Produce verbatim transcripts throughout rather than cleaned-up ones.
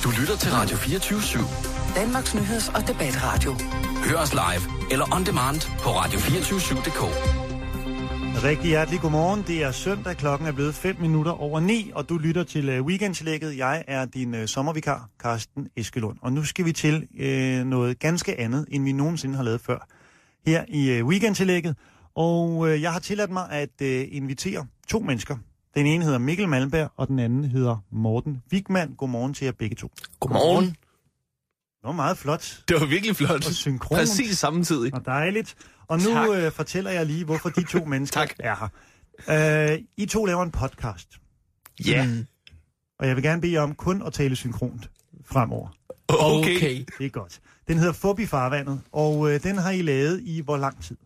Du lytter til Radio fireogtyve syv. Danmarks nyheds- og debatradio. Hør os live eller on demand på radio to fire syv punktum d k. Rigtig hjertelig godmorgen. Det er søndag, klokken er blevet fem minutter over ni, og du lytter til uh, Weekendtillægget. Jeg er din uh, sommervikar, Carsten Eskelund. Og nu skal vi til uh, noget ganske andet, end vi nogensinde har lavet før her i uh, Weekendtillægget. Og uh, jeg har tilladt mig at uh, invitere to mennesker. Den ene hedder Mikkel Malmberg, og den anden hedder Morten Wigman. Godmorgen til jer begge to. Godmorgen. Det var meget flot. Det var virkelig flot. Og synkront. Præcis samtidig. Og dejligt. Og nu øh, fortæller jeg lige, hvorfor de to mennesker tak. er her. Øh, I to laver en podcast. Ja. Yeah. Mm. Og jeg vil gerne bede jer om kun at tale synkront fremover. Okay. okay. Det er godt. Den hedder Fup i farvandet, og øh, den har I lavet i hvor lang tid?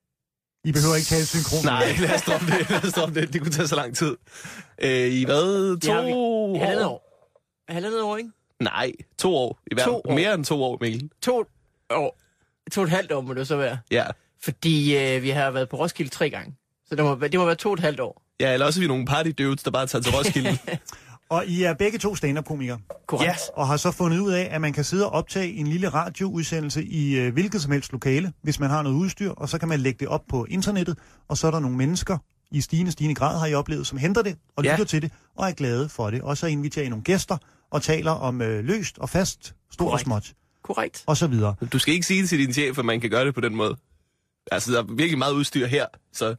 I behøver ikke tale synkront. Nej, lad os droppe det. Lad os droppe det. Det kunne tage så lang tid. Øh, I hvad? To år? Halvandet år. Halvandet år, ikke? Nej, to år. I hvert fald mere end to år, Mikkel. To år. To og et halvt år må det så være. Ja. Fordi øh, vi har været på Roskilde tre gange. Så det må, det må være to og et halvt år. Ja, eller også er vi nogle party dudes, der bare tager til Roskilde. Og I er begge to stand-up-komikere. Korrekt. Ja, og har så fundet ud af, at man kan sidde og optage en lille radioudsendelse i øh, hvilket som helst lokale, hvis man har noget udstyr, og så kan man lægge det op på internettet, og så er der nogle mennesker, i stigende, stigende grad har I oplevet, som henter det og lytter ja. til det, og er glade for det. Og så inviterer I nogle gæster og taler om øh, løst og fast, stort og småt. Korrekt. Og så videre. Du skal ikke sige til din chef, at man kan gøre det på den måde. Altså, der er virkelig meget udstyr her, så...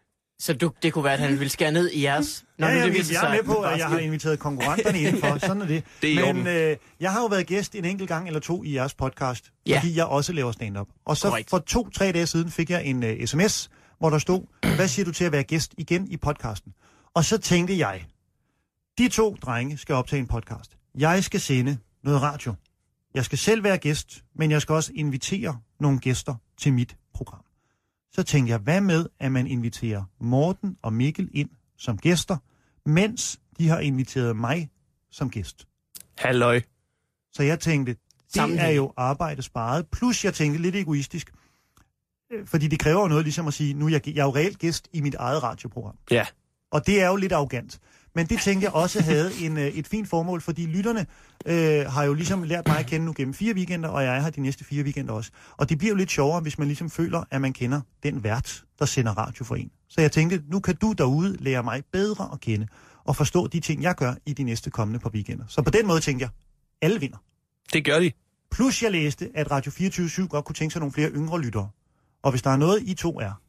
Så du, det kunne være, at han ville skære ned i jeres... Nå, ja, jeg, jeg, jeg er med på, at jeg har inviteret konkurrenterne indenfor. Sådan er det. Det er Men øh, jeg har jo været gæst en enkelt gang eller to i jeres podcast, ja. fordi jeg også laver stand-up. Og så Correct. for to-tre dage siden fik jeg en uh, sms, hvor der stod, hvad siger du til at være gæst igen i podcasten? Og så tænkte jeg, de to drenge skal optage en podcast. Jeg skal sende noget radio. Jeg skal selv være gæst, men jeg skal også invitere nogle gæster til mit program. Så tænkte jeg, hvad med, at man inviterer Morten og Mikkel ind som gæster, mens de har inviteret mig som gæst. Halløj. Så jeg tænkte, det er jo arbejde sparet. Plus jeg tænkte lidt egoistisk, fordi det kræver jo noget ligesom at sige, nu er jeg, jeg er jo reelt gæst i mit eget radioprogram. Ja. Og det er jo lidt arrogant. Men det tænkte jeg også havde en, et fint formål, fordi lytterne øh, har jo ligesom lært mig at kende nu gennem fire weekender, og jeg er her de næste fire weekender også. Og det bliver jo lidt sjovere, hvis man ligesom føler, at man kender den vært, der sender radio for en. Så jeg tænkte, nu kan du derude lære mig bedre at kende, og forstå de ting, jeg gør i de næste kommende par weekender. Så på den måde tænkte jeg, alle vinder. Det gør de. Plus jeg læste, at Radio fireogtyve syv godt kunne tænke sig nogle flere yngre lyttere. Og hvis der er noget, I to er,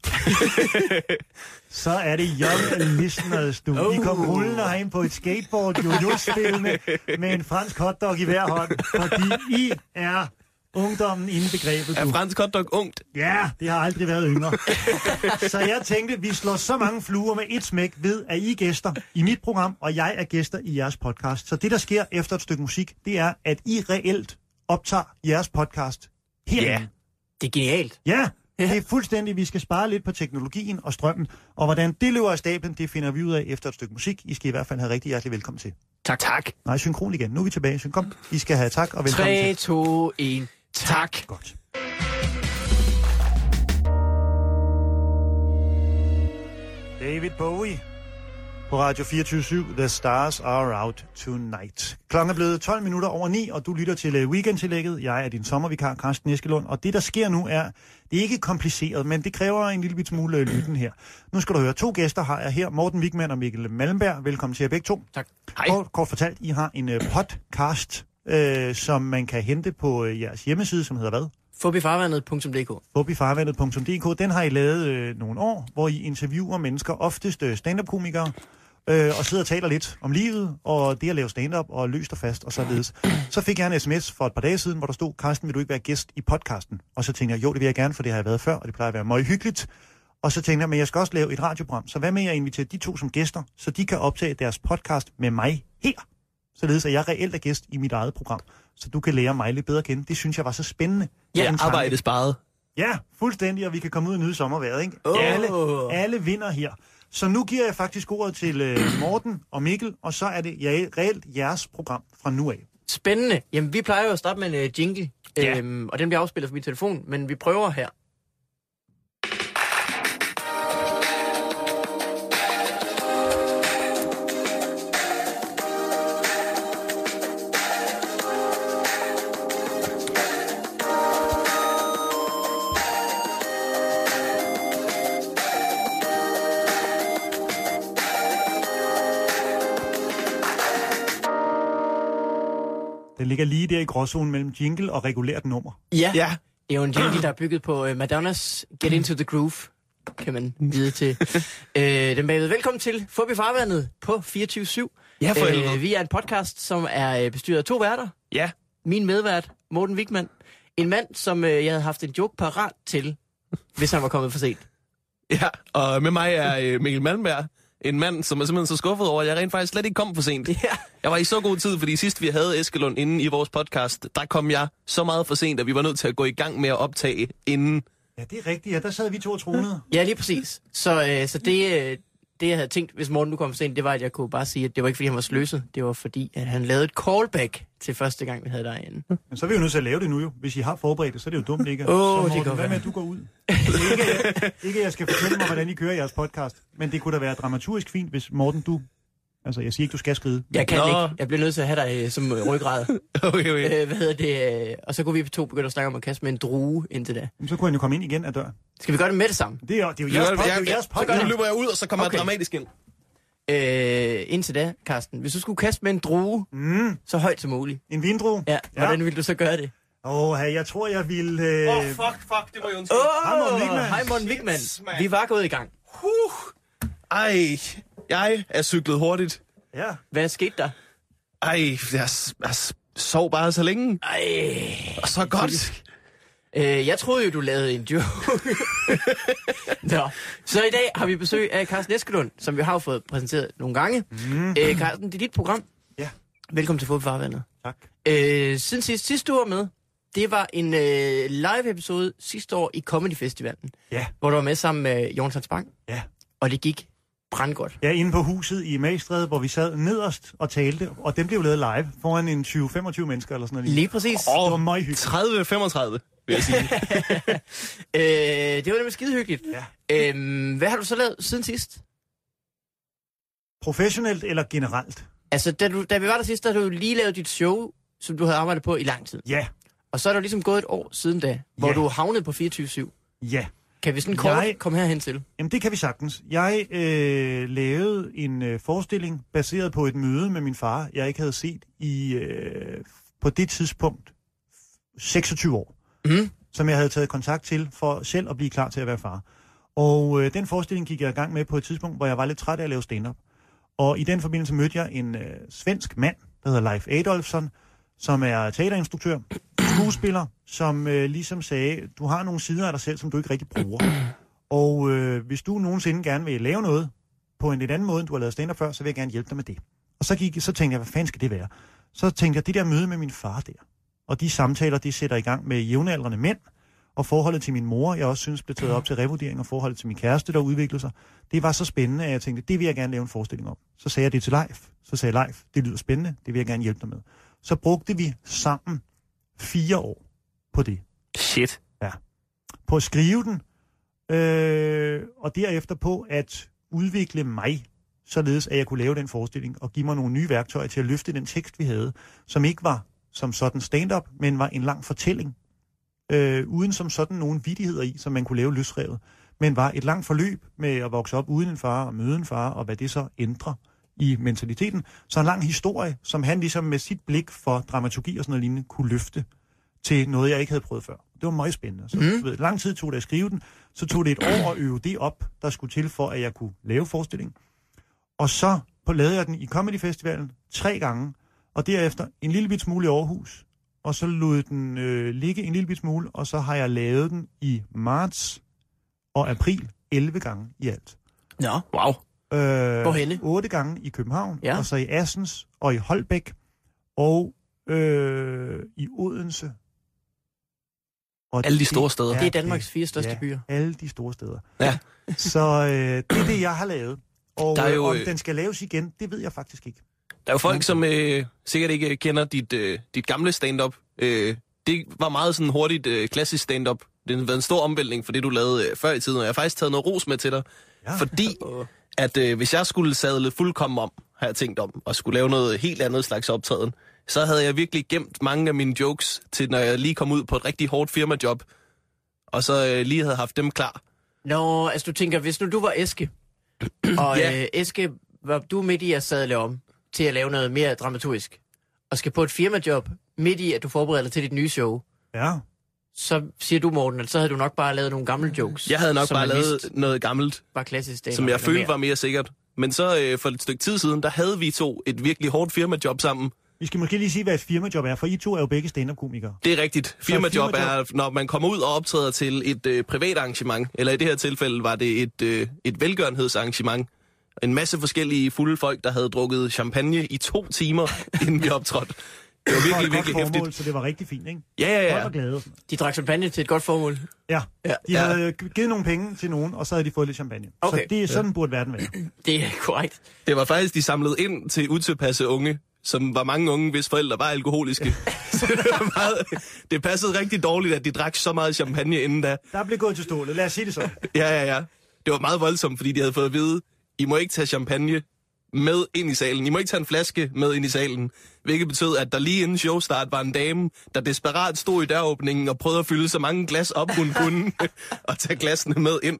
så er det young listeners, du. Oh. I kom rullende herind på et skateboard, jojo-spillende, med en fransk hotdog i hver hånd, fordi I er ungdommen inden begrebet. Er fransk hotdog ungt? Ja, det har aldrig været yngre. Så jeg tænkte, vi slår så mange fluer med et smæk ved, at I er gæster i mit program, og jeg er gæster i jeres podcast. Så det, der sker efter et stykke musik, det er, at I reelt optager jeres podcast herinde. Ja, det er genialt. Ja. Det er fuldstændig, vi skal spare lidt på teknologien og strømmen, og hvordan det løber af stablen, det finder vi ud af efter et stykke musik. I skal i hvert fald have rigtig hjertelig velkommen til. Tak, tak. Nej, synkron igen. Nu er vi tilbage. Kom, I skal have tak og velkommen tre, til. tre, to, et, tak. Godt. David Bowie på Radio fireogtyve syv. The stars are out tonight. Klokken er blevet tolv minutter over ni, og du lytter til Weekendtillægget. Jeg er din sommervikar, Carsten Eskelund, og det, der sker nu, er, det er ikke kompliceret, men det kræver en lille bit smule lytten her. Nu skal du høre, to gæster har jeg her, Morten Wigman og Mikkel Malmberg. Velkommen til jer begge to. Tak. Hej. Kort, kort fortalt, I har en uh, podcast, uh, som man kan hente på uh, jeres hjemmeside, som hedder hvad? fup i farvandet punktum d k. fup i farvandet punktum d k. Den har I lavet øh, nogle år, hvor I interviewer mennesker, oftest øh, stand-up-komikere, øh, og sidder og taler lidt om livet, og det at lave stand-up, og løst og fast, og således. Så fik jeg en sms for et par dage siden, hvor der stod, Carsten, vil du ikke være gæst i podcasten? Og så tænkte jeg, jo, det vil jeg gerne, for det har jeg været før, og det plejer at være meget hyggeligt. Og så tænkte jeg, men jeg skal også lave et radioprogram, så hvad med at invitere de to som gæster, så de kan optage deres podcast med mig her? Således at jeg reelt er gæst i mit eget program, så du kan lære mig lidt bedre at kende. Det synes jeg var så spændende. Ja, arbejde sparet. Ja, fuldstændig, og vi kan komme ud og nyde sommervejret, ikke? Oh. Alle, alle vinder her. Så nu giver jeg faktisk ordet til øh, Morten og Mikkel, og så er det ja, reelt jeres program fra nu af. Spændende. Jamen, vi plejer jo at starte med en uh, jingle, Ja. øhm, og den bliver afspillet fra min telefon, men vi prøver her. Den ligger lige der i gråzonen mellem jingle og regulært nummer. Ja, Ja. det er jo en jingle, der er bygget på uh, Madonnas Get Into The Groove, kan man vide til. uh, den bagved. Velkommen til Fubi Farvandet på fireogtyve syv. Ja, for helvede. Vi er en podcast, som er uh, bestyret af to værter. Ja. Min medvært, Morten Wigman. En mand, som uh, jeg havde haft en joke parat til, hvis han var kommet for sent. Ja, og med mig er øh, Mikkel Malmberg. En mand, som er simpelthen så skuffet over, at jeg rent faktisk slet ikke kom for sent. Ja. Jeg var i så god tid, fordi sidst vi havde Eskelund inde i vores podcast, der kom jeg så meget for sent, at vi var nødt til at gå i gang med at optage inden. Ja, det er rigtigt. Ja, der sad vi to og tronede. Ja, lige præcis. Så, øh, så det, øh, det, jeg havde tænkt, hvis Morten nu kom for sent, det var, at jeg kunne bare sige, at det var ikke, fordi han var sløset. Det var, fordi at han lavede et callback til første gang, vi havde derinde. Men så er vi jo nødt til at lave det nu jo. Hvis I har forberedt det, så er det jo dumt, ikke? Åh, så, det Morten, kan hvad med, være. at du går ud? ikke, ikke, at jeg skal fortælle mig, hvordan I kører jeres podcast. Men det kunne da være dramaturgisk fint, hvis Morten, du... Altså, jeg siger ikke, du skal skride. Jeg kan Nå. ikke. Jeg bliver nødt til at have dig øh, som ryggrad. Okay, okay. øh, hvad hedder det? Øh, og så kunne vi to begynde at snakke om at kaste med en drue indtil da. Så kunne han jo komme ind igen ad døren. Skal vi gøre det med det samme? Det er jo, det er jo jeres, pod, det er jo jeres Så podcast. nu løber jeg ud, og så kommer Okay. jeg dramatisk ind. Øh, indtil da, Carsten. Hvis du skulle kaste med en drue, Mm, så højt som muligt. en vindrue. Ja, hvordan vil du så gøre det? Åh, hey, jeg tror, jeg vil... Øh... Åh, oh, fuck, fuck, det må jeg undskylde. Åh, Hej, Morten Wigman. hej Morten Wigman. Shit, mand. Vi var gået i gang. Huh. Ej, jeg er cyklet hurtigt. Ja. Hvad skete der? Ej, jeg, s- jeg s- sov bare så længe. Ej. Og så godt. Øh, jeg troede jo, du lavede en joke. Nå. Så i dag har vi besøg af Carsten Eskelund, som vi har jo fået præsenteret nogle gange. Mm. Øh, Carsten, det er dit program. Ja. Velkommen til Fubi Farvandet. Tak. Øh, siden sidst, sidste år med, det var en øh, live-episode sidste år i Comedy Festivalen, Ja. hvor du var med sammen med Jonathan Spang, Ja. og det gik brandgodt. Jeg er inde på huset i Magstræde, hvor vi sad nederst og talte, og den blev lavet live foran en tyve til femogtyve mennesker eller sådan noget. Lige præcis. Det var meget hyggeligt. tredive til femogtredive, vil jeg sige. øh, det var nemlig skide hyggeligt. Ja. Øhm, hvad har du så lavet siden sidst? Professionelt eller generelt? Altså, da, du, da vi var der sidst, der havde du lige lavet dit show, som du havde arbejdet på i lang tid. Ja. Og så er der ligesom gået et år siden da, hvor Ja. du havnede på fireogtyve syv. Ja. Kan vi sådan kort Jeg- komme herhen til? Jamen, det kan vi sagtens. Jeg øh, lavede en øh, forestilling baseret på et møde med min far, jeg ikke havde set i øh, på det tidspunkt seksogtyve år, Mm. som jeg havde taget kontakt til for selv at blive klar til at være far. Og øh, den forestilling gik jeg i gang med på et tidspunkt, hvor jeg var lidt træt af at lave stand-up. Og i den forbindelse mødte jeg en øh, svensk mand, der hedder Leif Adolfsson, som er teaterinstruktør, skuespiller, som øh, ligesom sagde, du har nogle sider af dig selv, som du ikke rigtig bruger. Og øh, hvis du nogensinde gerne vil lave noget på en lidt anden måde, end du har lavet stand-up før, så vil jeg gerne hjælpe dig med det. Og så, gik, så tænkte jeg, hvad fanden skal det være? Så tænkte jeg, det der møde med min far der, og de samtaler, de sætter i gang med jævnaldrende mænd, og forholdet til min mor, jeg også synes blev taget op til revurdering, og forholdet til min kæreste, der udviklede sig, det var så spændende, at jeg tænkte, det vil jeg gerne lave en forestilling om. Så sagde jeg det til Leif. Så sagde Leif, det lyder spændende, det vil jeg gerne hjælpe dig med. Så brugte vi sammen fire år på det. Shit. På at skrive den, øh, og derefter på at udvikle mig, således at jeg kunne lave den forestilling, og give mig nogle nye værktøjer til at løfte den tekst, vi havde, som ikke var som sådan stand-up, men var en lang fortælling, øh, uden som sådan nogle vittigheder i, som man kunne lave løsrevet, men var et langt forløb med at vokse op uden en far og møde en far, og hvad det så ændrer i mentaliteten. Så en lang historie, som han ligesom med sit blik for dramaturgi og sådan noget lignende kunne løfte til noget, jeg ikke havde prøvet før. Det var meget spændende. Så mm. ved, lang tid tog det at skrive den, så tog det et år at øve det op, der skulle til for, at jeg kunne lave forestillingen. Og så på lavede jeg den i Comedy Festivalen tre gange, og derefter en lille bit smule i Aarhus, og så lod den øh, ligge en lille bit smule, og så har jeg lavet den i marts og april elleve gange i alt. Nå. Wow. Øh, Hvorhenne? otte gange i København, Ja. og så i Assens og i Holbæk, og øh, i Odense. Og Alle de store steder. Det er Danmarks fire største ja, byer. alle de store steder. Ja. Så øh, det er det, jeg har lavet. Og Der er jo, øh, om øh, den skal laves igen, det ved jeg faktisk ikke. Der er jo folk, som øh, sikkert ikke kender dit, øh, dit gamle stand-up. Øh, det var meget sådan hurtigt øh, klassisk stand-up. Det har været en stor omvæltning for det, du lavede øh, før i tiden, og jeg har faktisk taget noget ros med til dig. Ja. Fordi, at øh, hvis jeg skulle sadle fuldkommen om, har jeg tænkt om, og skulle lave noget helt andet slags optræden, så havde jeg virkelig gemt mange af mine jokes til, når jeg lige kom ud på et rigtig hårdt firmajob, og så øh, lige havde haft dem klar. Nå, altså du tænker, hvis nu du var Eske, og Ja. øh, Eske, var du midt i at sadle om til at lave noget mere dramaturgisk, og skal på et firmajob, midt i, at du forbereder dig til dit nye show, Ja. så siger du, Morten, at så havde du nok bare lavet nogle gamle jokes. Jeg havde nok som bare man lavet vidste noget gammelt, var klassisk stand-up som jeg eller følte mere. var mere sikkert. Men så øh, for et stykke tid siden, der havde vi to et virkelig hårdt firmajob sammen. Vi skal måske lige sige, hvad et firmajob er, for I to er jo begge stand-up-komikere. Det er rigtigt. Firmajob firmajob- er, når man kommer ud og optræder til et øh, privat arrangement, eller i det her tilfælde var det et, øh, et velgørenhedsarrangement. En masse forskellige fulde folk, der havde drukket champagne i to timer, inden vi optrådte. Det var Det var virkelig, et virkelig godt formål, hæftigt. så det var rigtig fint, ikke? Ja, ja, Folk ja. var glade. De drak champagne til et godt formål. Ja, Ja. de Ja. havde givet nogle penge til nogen, og så havde de fået lidt champagne. Okay. Så det er sådan, burde verden være. Det er korrekt. Det var faktisk, de samlede ind til utilpasse unge, som var mange unge, hvis forældre var alkoholiske. Så det, var meget, det passede rigtig dårligt, at de drak så meget champagne inden da. Der blev gået til stålet. Lad os sige det så. Ja, ja, ja. Det var meget voldsomt, fordi de havde fået at vide, I må ikke tage champagne med ind i salen. I må ikke tage en flaske med ind i salen. Hvilket betød, at der lige inden showstart var en dame, der desperat stod i døråbningen og prøvede at fylde så mange glas op, hun kunne, og tage glasene med ind.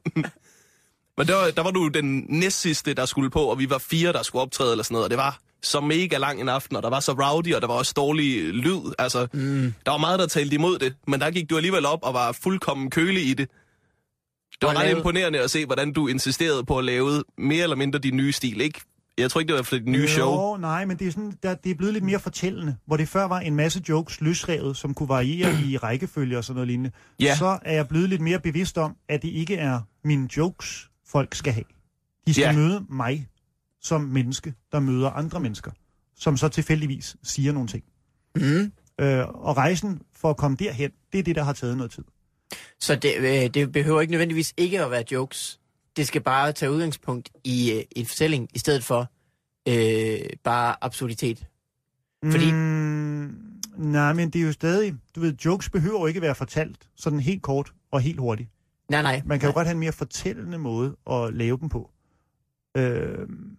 Men der var, der var du den næstsidste, der skulle på, og vi var fire, der skulle optræde eller sådan noget, og det var så mega lang en aften, og der var så rowdy, og der var også dårlig lyd. Altså, mm. der var meget, der talte imod det, men der gik du alligevel op og var fuldkommen kølig i det. Det var Og ret lavede- imponerende at se, hvordan du insisterede på at lave mere eller mindre din nye stil, ikke? Jeg tror ikke, det var for dit nye show. Jo, nej, men det er, sådan, der, det er blevet lidt mere fortællende. Hvor det før var en masse jokes løsrevet, som kunne variere i rækkefølge og sådan noget lignende. Ja. Så er jeg blevet lidt mere bevidst om, at det ikke er mine jokes, folk skal have. De skal Ja. møde mig som menneske, der møder andre mennesker, som så tilfældigvis siger nogle ting. Mm. Øh, og rejsen for at komme derhen, det er det, der har taget noget tid. Så det, øh, det behøver ikke nødvendigvis ikke at være jokes. Det skal bare tage udgangspunkt i øh, en fortælling, i stedet for øh, bare absurditet. Fordi- Mm, nej, men det er jo stadig... Du ved, jokes behøver jo ikke være fortalt sådan helt kort og helt hurtigt. Nej, nej. Man kan jo godt have en mere fortællende måde at lave dem på. Øh,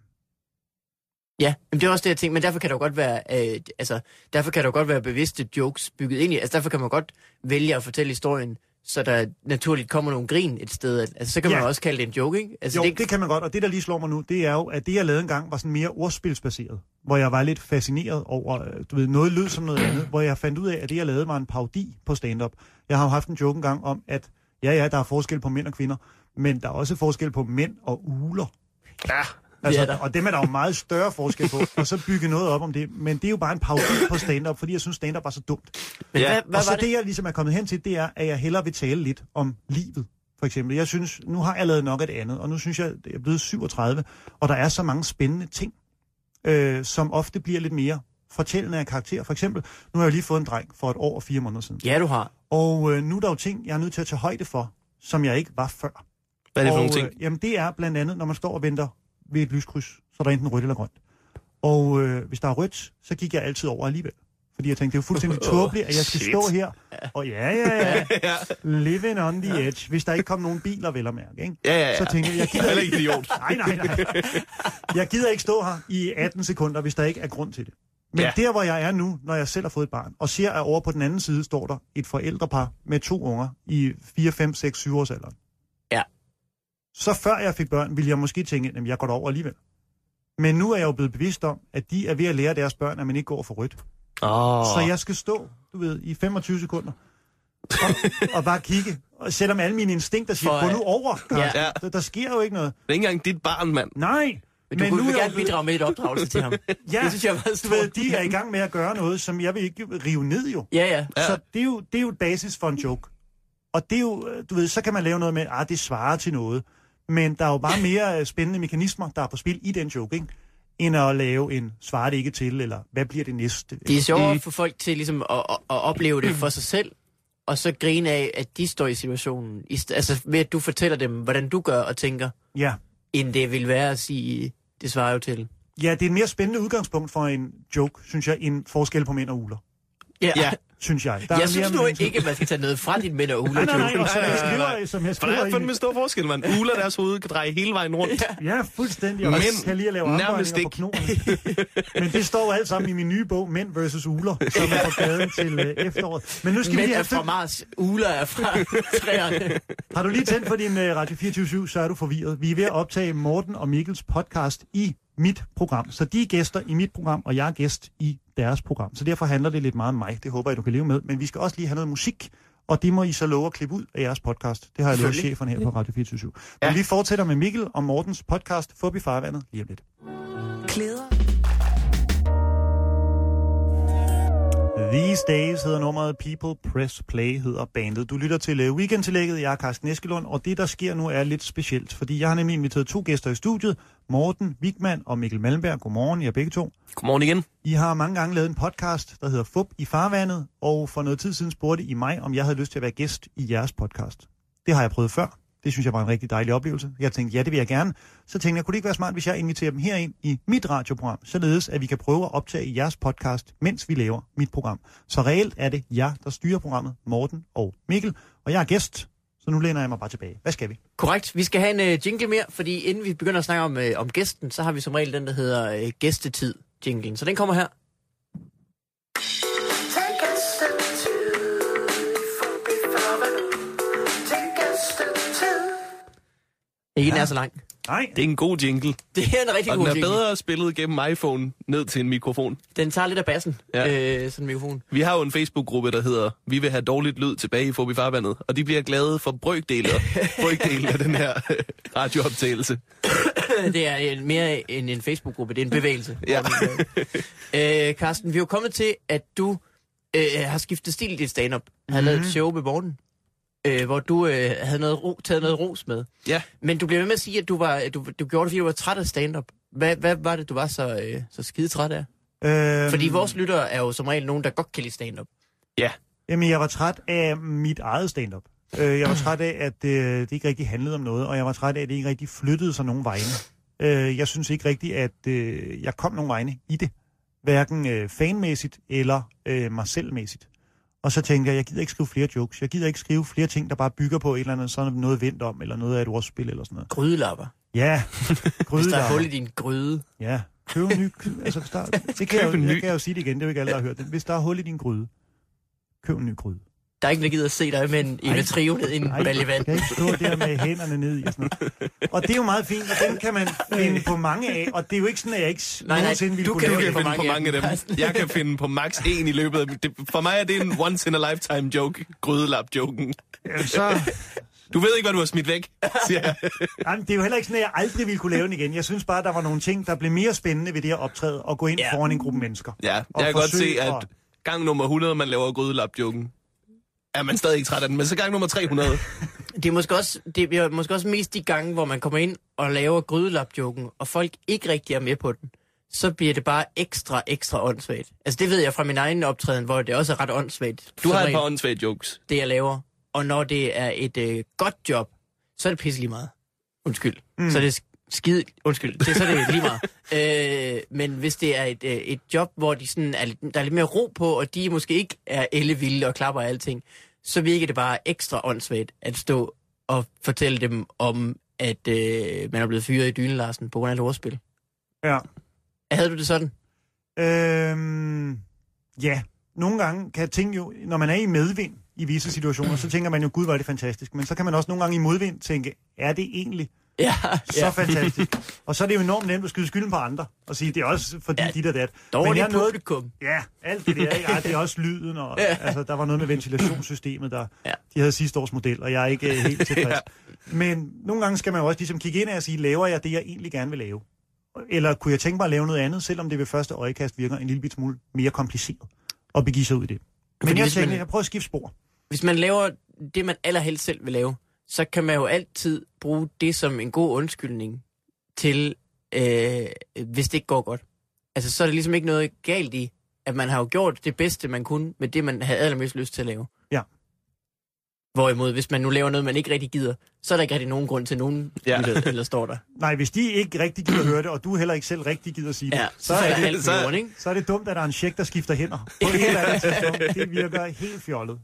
Ja, men det er også det, jeg tænker, men derfor kan der jo godt være, øh, altså, derfor kan der jo godt være bevidste jokes bygget ind i. Altså, derfor kan man godt vælge at fortælle historien, så der naturligt kommer nogle grin et sted. Altså, så kan man Ja. jo også kalde det en joke, ikke? Altså, jo, det, det, det kan man godt, og det, der lige slår mig nu, det er jo, at det, jeg lavede engang, var sådan mere ordspilsbaseret, hvor jeg var lidt fascineret over, øh, du ved, noget lød som noget andet, hvor jeg fandt ud af, at det, jeg lavede, var en parodi på stand-up. Jeg har jo haft en joke engang om, at ja, ja, der er forskel på mænd og kvinder, men der er også forskel på mænd og ugler. Ja. Altså, Det er der. og dem er der jo meget større forskel på, og så bygge noget op om det. Men det er jo bare en parodi på stand-up, fordi jeg synes, stand-up var så dumt. men Ja. hvad, hvad Og så var det, det? jeg ligesom er kommet hen til, det er, at jeg hellere vil tale lidt om livet, for eksempel. Jeg synes, nu har jeg lavet nok af det andet, og nu synes jeg, jeg er blevet syvogtredive, og der er så mange spændende ting, øh, som ofte bliver lidt mere fortællende af karakter. For eksempel, nu har jeg lige fået en dreng for et år og fire måneder siden. Ja, du har. Og øh, nu er der jo ting, jeg er nødt til at tage højde for, som jeg ikke var før. Hvad er det for og, nogle ting? Øh, jamen, det er blandt andet, når man står og venter ved et lyskryds, så er der enten rødt eller grønt. Og øh, hvis der er rødt, så gik jeg altid over alligevel. Fordi jeg tænkte, det er jo fuldstændig tåbeligt, at jeg skal Shit. stå her. Og ja, ja, ja, Ja, living on the edge, hvis der ikke kom nogen biler, vel at mærke, ikke? ja, ja. ja. Så tænkte jeg, jeg gider Heller ikke, ikke idiot. nej, nej, nej. Jeg gider ikke stå her i atten sekunder, hvis der ikke er grund til det. Men Ja. der, hvor jeg er nu, når jeg selv har fået et barn, og ser, at over på den anden side står der et forældrepar med to unger i fire, fem, seks, syv års alderen. Ja. Så før jeg fik børn, ville jeg måske tænke, at jeg går over alligevel. Men nu er jeg jo blevet bevidst om, at de er ved at lære deres børn, at man ikke går for rødt. Oh. Så jeg skal stå, du ved, i femogtyve sekunder og, og bare kigge. Og selvom alle mine instinkter siger, For, gå nu over, Carsten. Ja. Der, der sker jo ikke noget. Det er ikke engang dit barn, mand. Nej, Men du men kunne nu vil er jeg gerne blevet- bidrage med et opdragelse til ham. Ja, Det synes jeg er meget du stort. ved, de er i gang med at gøre noget, som jeg vil ikke rive ned jo. Ja, ja. Ja. Så det er, jo, det er jo et basis for en joke. Og det er jo, øh, du ved, så kan man lave noget med, ah, det svarer til noget. Men der er jo bare mere øh, spændende mekanismer, der er på spil i den joke, ikke? End at lave en svarer det ikke til, eller hvad bliver det næste? Det er sjovere at få folk til ligesom at, at, at opleve det for sig selv, og så grine af, at de står i situationen. I st- altså ved at du fortæller dem, hvordan du gør og tænker, Ja. end det vil være at sige, det svarer jo til. Ja, det er et mere spændende udgangspunkt for en joke, synes jeg, end forskel på mænd og ugler. Ja. Ja. Synes jeg. Der er Jeg synes mere nu mellem- ikke, at man skal tage noget fra din mænd og uler. Nej, nej, nej, og som Nej, jeg nej, nej. skriver, som jeg For der skriver er i... fandme stor forskel, mand. Uler deres hoved kan dreje hele vejen rundt. Ja, fuldstændig. Og Mænd jeg kan lige at lave nærmest armbøjninger på knogen. Men det står jo alt sammen i min nye bog, Mænd versus Uler, som er på gaden til øh, efteråret. Men nu skal vi Mænd lige er have... fra Mars, uler er fra træerne. Har du lige tændt for din uh, Radio fireogtyve syv, så er du forvirret. Vi er ved at optage Morten og Mikkels podcast i mit program. Så de er gæster i mit program, og jeg er gæst i deres program. Så derfor handler det lidt meget om mig. Det håber jeg, du kan leve med. Men vi skal også lige have noget musik, og det må I så love at klippe ud af jeres podcast. Det har jeg lovet cheferne her på Radio fireogtyve syv. Men ja. Vi fortsætter med Mikkel og Mortens podcast Fup i farvandet lige om lidt. Klæder. These Days hedder nummeret, People Press Play hedder bandet. Du lytter til uh, Weekendtillægget, jeg er Carsten Eskelund, og det der sker nu er lidt specielt, fordi jeg har nemlig inviteret to gæster i studiet, Morten Wigman og Mikkel Malmberg. Godmorgen, I er begge to. Godmorgen igen. I har mange gange lavet en podcast, der hedder Fup i farvandet, og for noget tid siden spurgte I mig, om jeg havde lyst til at være gæst i jeres podcast. Det har jeg prøvet før. Det synes jeg var en rigtig dejlig oplevelse. Jeg tænkte, ja, det vil jeg gerne. Så tænkte jeg, kunne det ikke være smart, hvis jeg inviterer dem herind i mit radioprogram, således at vi kan prøve at optage jeres podcast, mens vi laver mit program. Så reelt er det jer, der styrer programmet, Morten og Mikkel, og jeg er gæst, så nu læner jeg mig bare tilbage. Hvad skal vi? Korrekt. Vi skal have en uh, jingle mere, fordi inden vi begynder at snakke om, uh, om gæsten, så har vi som regel den, der hedder uh, gæstetid-jinglen. Så den kommer her. Ikke den er så lang. Nej. Det er en god jingle. Det er en rigtig og god den er jingle. bedre spillet gennem iPhone ned til en mikrofon. Den tager lidt af bassen, ja. øh, sådan en mikrofon. Vi har jo en Facebook-gruppe, der hedder Vi vil have dårligt lyd tilbage i Fup i farvandet. Og de bliver glade for brøkdele brøkdele af den her radiooptagelse. Det er en, mere end en Facebook-gruppe, det er en bevægelse. Ja. øh, Carsten, vi er jo kommet til, at du øh, har skiftet stil i dit stand-up. Har mm. lavet et show med Morten. Øh, hvor du øh, havde noget ro, taget noget ros med. Ja. Men du blev ved med at sige, at du, var, du, du gjorde det, fordi du var træt af stand-up. Hvad, hvad var det, du var så, øh, så skide træt af? Øhm... Fordi vores lyttere er jo som regel nogen, der godt kan lide stand-up. Ja. Jamen, jeg var træt af mit eget stand-up. Øh, jeg var træt af, at øh, det ikke rigtig handlede om noget, og jeg var træt af, at det ikke rigtig flyttede sig nogen vegne. Øh, jeg synes ikke rigtigt, at øh, jeg kom nogen vegne i det. Hverken øh, fanmæssigt eller øh, mig selvmæssigt. Og så tænkte jeg, jeg gider ikke skrive flere jokes. Jeg gider ikke skrive flere ting, der bare bygger på et eller andet, sådan noget vendt om, eller noget af et ordspil, eller sådan noget. Grydelapper. Ja, grydelapper. Hvis der er hul i din gryde. Ja, køb en ny. Altså, hvis der, det kan jeg, jo, jeg kan jo sige det igen, det er jo ikke alle, der har hørt det. Hvis der er hul i din gryde, køb en ny gryde. Der er ikke nogen, der gider at se dig med en Eva Trio ned i en balje vand. Jeg kan ikke stå der med hænderne ned i og sådan noget. Og det er jo meget fint, og den kan man finde på mange af. Og det er jo ikke sådan, at jeg ikke nej, nogensinde ville du kunne kan, lave du kan det. finde på mange af dem. Jeg kan finde på max en i løbet af... Det, for mig er det en once-in-a-lifetime joke. Grydelap-joken. Ja, så... Du ved ikke, hvad du har smidt væk, siger jeg. Jamen, det er jo heller ikke sådan, at jeg aldrig ville kunne lave den igen. Jeg synes bare, der var nogle ting, der blev mere spændende ved det at optræde og gå ind ja. foran en gruppe mennesker. Ja, jeg kan godt se, at at... gang nummer hundrede, man laver grydelap-joken, er man stadig ikke træt af den, men så gang nummer tre hundrede. Det er måske også, det er måske også mest de gange, hvor man kommer ind og laver grydelap-joken, og folk ikke rigtig er med på den. Så bliver det bare ekstra, ekstra åndssvagt. Altså det ved jeg fra min egen optræden, hvor det også er ret åndssvagt. Du har et par åndssvagt jokes. Det jeg laver. Og når det er et øh, godt job, så er det pisse lige meget. Undskyld. Mm. Så er det skide... Undskyld. Det, så er det lige meget. øh, men hvis det er et, øh, et job, hvor de sådan er, der er lidt mere ro på, og de måske ikke er ellevilde og klapper og alting, så virker det bare ekstra åndssvagt at stå og fortælle dem om, at øh, man er blevet fyret i Dyne Larsen på grund af et ordspil. Ja. Havde du det sådan? Øhm, ja. Nogle gange kan jeg tænke jo, når man er i medvind i visse situationer, så tænker man jo, gud, hvor er det fantastisk. Men så kan man også nogle gange i modvind tænke, er det egentlig ja, så ja. fantastisk? Og så er det jo enormt nemt at skyde skylden på andre og sige, det er også fordi ja, dit og dat. Dårligt publikum. Ja, alt det der. Ikke? Ej, det er også lyden. Og, ja. Altså, der var noget med ventilationssystemet, der ja. de havde sidste års model, og jeg er ikke helt tilfreds. ja. Men nogle gange skal man jo også ligesom kigge ind og sige, laver jeg det, jeg egentlig gerne vil lave? Eller kunne jeg tænke mig at lave noget andet, selvom det ved første øjekast virker en lille smule mere kompliceret og begive sig ud i det. Men fordi jeg tænker, man, jeg prøver at skifte spor. Hvis man laver det, man allerhelst selv vil lave, så kan man jo altid bruge det som en god undskyldning til, øh, hvis det ikke går godt. Altså, så er det ligesom ikke noget galt i, at man har jo gjort det bedste, man kunne med det, man havde allermest lyst til at lave. Ja. Hvorimod, hvis man nu laver noget, man ikke rigtig gider, så er der ikke rigtig nogen grund til nogen, ja. lytter, eller står der. Nej, hvis de ikke rigtig gider høre det, og du heller ikke selv rigtig gider sige det, ja, så, så, er det, så, jorden, ikke? så er det dumt, at der er en check, der skifter hænder. På et eller andet tidspunkt. Det virker helt fjollet.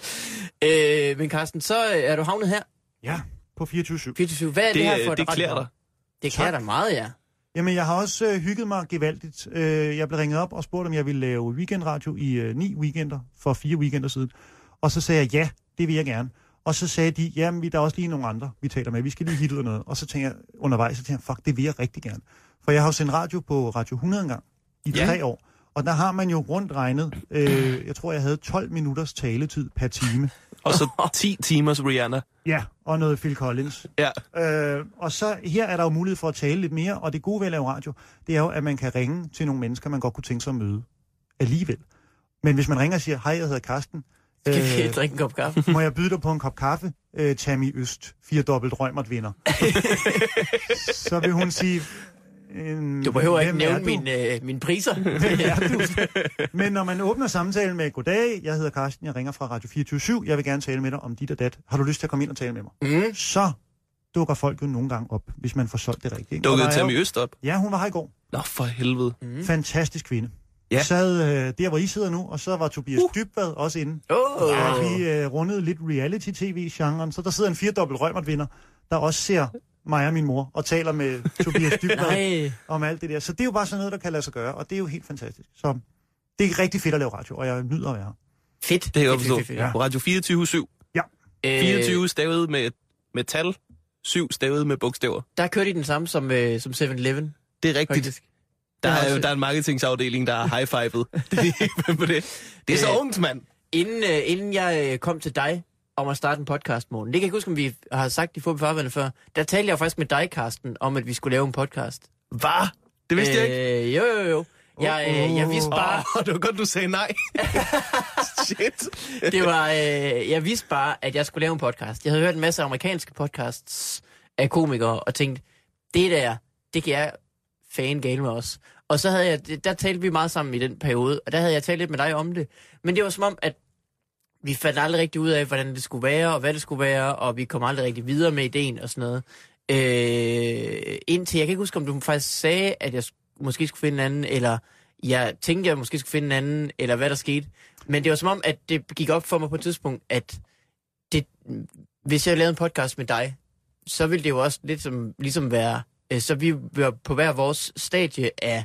øh, men Carsten, så er du havnet her. Ja, på fireogtyve syv. fireogtyve syv. Hvad er det, det her for det klæder dig. Det klæder dig meget, ja. Jamen, jeg har også øh, hygget mig gevaldigt. Øh, jeg blev ringet op og spurgte, om jeg ville lave weekendradio i øh, ni weekender, for fire weekender siden. Og så sagde jeg, ja, det vil jeg gerne. Og så sagde de, jamen, der er også lige nogle andre, vi taler med. Vi skal lige hitte ud noget. Og så tænkte jeg undervejs, så tænkte jeg, fuck, det vil jeg rigtig gerne. For jeg har jo sendt radio på Radio hundrede engang i Ja. tre år. Og der har man jo rundt regnet, øh, jeg tror, jeg havde tolv minutters taletid per time. Og så ti timers Rihanna. Ja, og noget Phil Collins. Ja. Øh, og så her er der jo mulighed for at tale lidt mere, og det gode ved at lave radio, det er jo, at man kan ringe til nogle mennesker, man godt kunne tænke sig at møde alligevel. Men hvis man ringer og siger, hej, jeg hedder Karsten. Skal vi øh, drikke en kop kaffe? Må jeg byde dig på en kop kaffe? Øh, Tammy Øst, fire dobbelt røgmert vinder. Så vil hun sige... En, Du behøver ikke nævne mine, øh, mine priser. Ja, du. Men når man åbner samtalen med, goddag, jeg hedder Karsten, jeg ringer fra Radio fireogtyve syv, jeg vil gerne tale med dig om dit og dat. Har du lyst til at komme ind og tale med mig? Mm. Så dukker folk jo nogle gange op, hvis man får solgt det rigtigt. Dukkede Tammy Øst op? Ja, hun var her i går. Nå, for helvede. Mm. Fantastisk kvinde. Ja. Sad øh, der, hvor I sidder nu, og så var Tobias uh. Dybvad også inde. Oh. Ja, vi øh, rundede lidt reality-tv-genren, så der sidder en firedobbelt røgmert-vinder, der også ser mig og min mor, og taler med Tobias Dybvad om alt det der. Så det er jo bare sådan noget, der kan lade sig gøre, og det er jo helt fantastisk. Så det er rigtig fedt at lave radio, og jeg nyder at være her. Fedt. Det kan jeg godt forstå. Fedt, fedt, fedt, ja. På Radio fireogtyve syv. Ja. fireogtyve stavet med, med tal, syv stavet med bogstaver. Der kørte de den samme som, øh, som syv eleven. Det er rigtigt. Faktisk. Der Det er er jo også- der er en marketingsafdeling, der er high-fivet. Det er ikke på det. Det er så Øh, ungt, mand. Inden, øh, inden jeg øh, kom til dig om at starte en podcast, Morten, det kan jeg ikke huske, om vi har sagt i få farvande før, der talte jeg jo faktisk med dig, Karsten, om at vi skulle lave en podcast. Hvad? Det vidste jeg ikke. Øh, jo, jo, jo. Jeg, øh, jeg vidste bare... Åh, det var godt, du sagde nej. Shit. Det var, øh, jeg vidste bare, at jeg skulle lave en podcast. Jeg havde hørt en masse amerikanske podcasts af komikere, og tænkte, det der, det kan jeg fan gale med os. Og så havde jeg, der talte vi meget sammen i den periode, og der havde jeg talt lidt med dig om det. Men det var som om, at vi fandt aldrig rigtig ud af, hvordan det skulle være, og hvad det skulle være, og vi kom aldrig rigtig videre med ideen og sådan noget. Øh, indtil, jeg kan ikke huske, om du faktisk sagde, at jeg måske skulle finde en anden, eller jeg tænkte, jeg måske skulle finde en anden, eller hvad der skete. Men det var som om, at det gik op for mig på et tidspunkt, at det, hvis jeg lavede en podcast med dig, så ville det jo også lidt som, ligesom være, øh, så vi var på hver vores stadie af,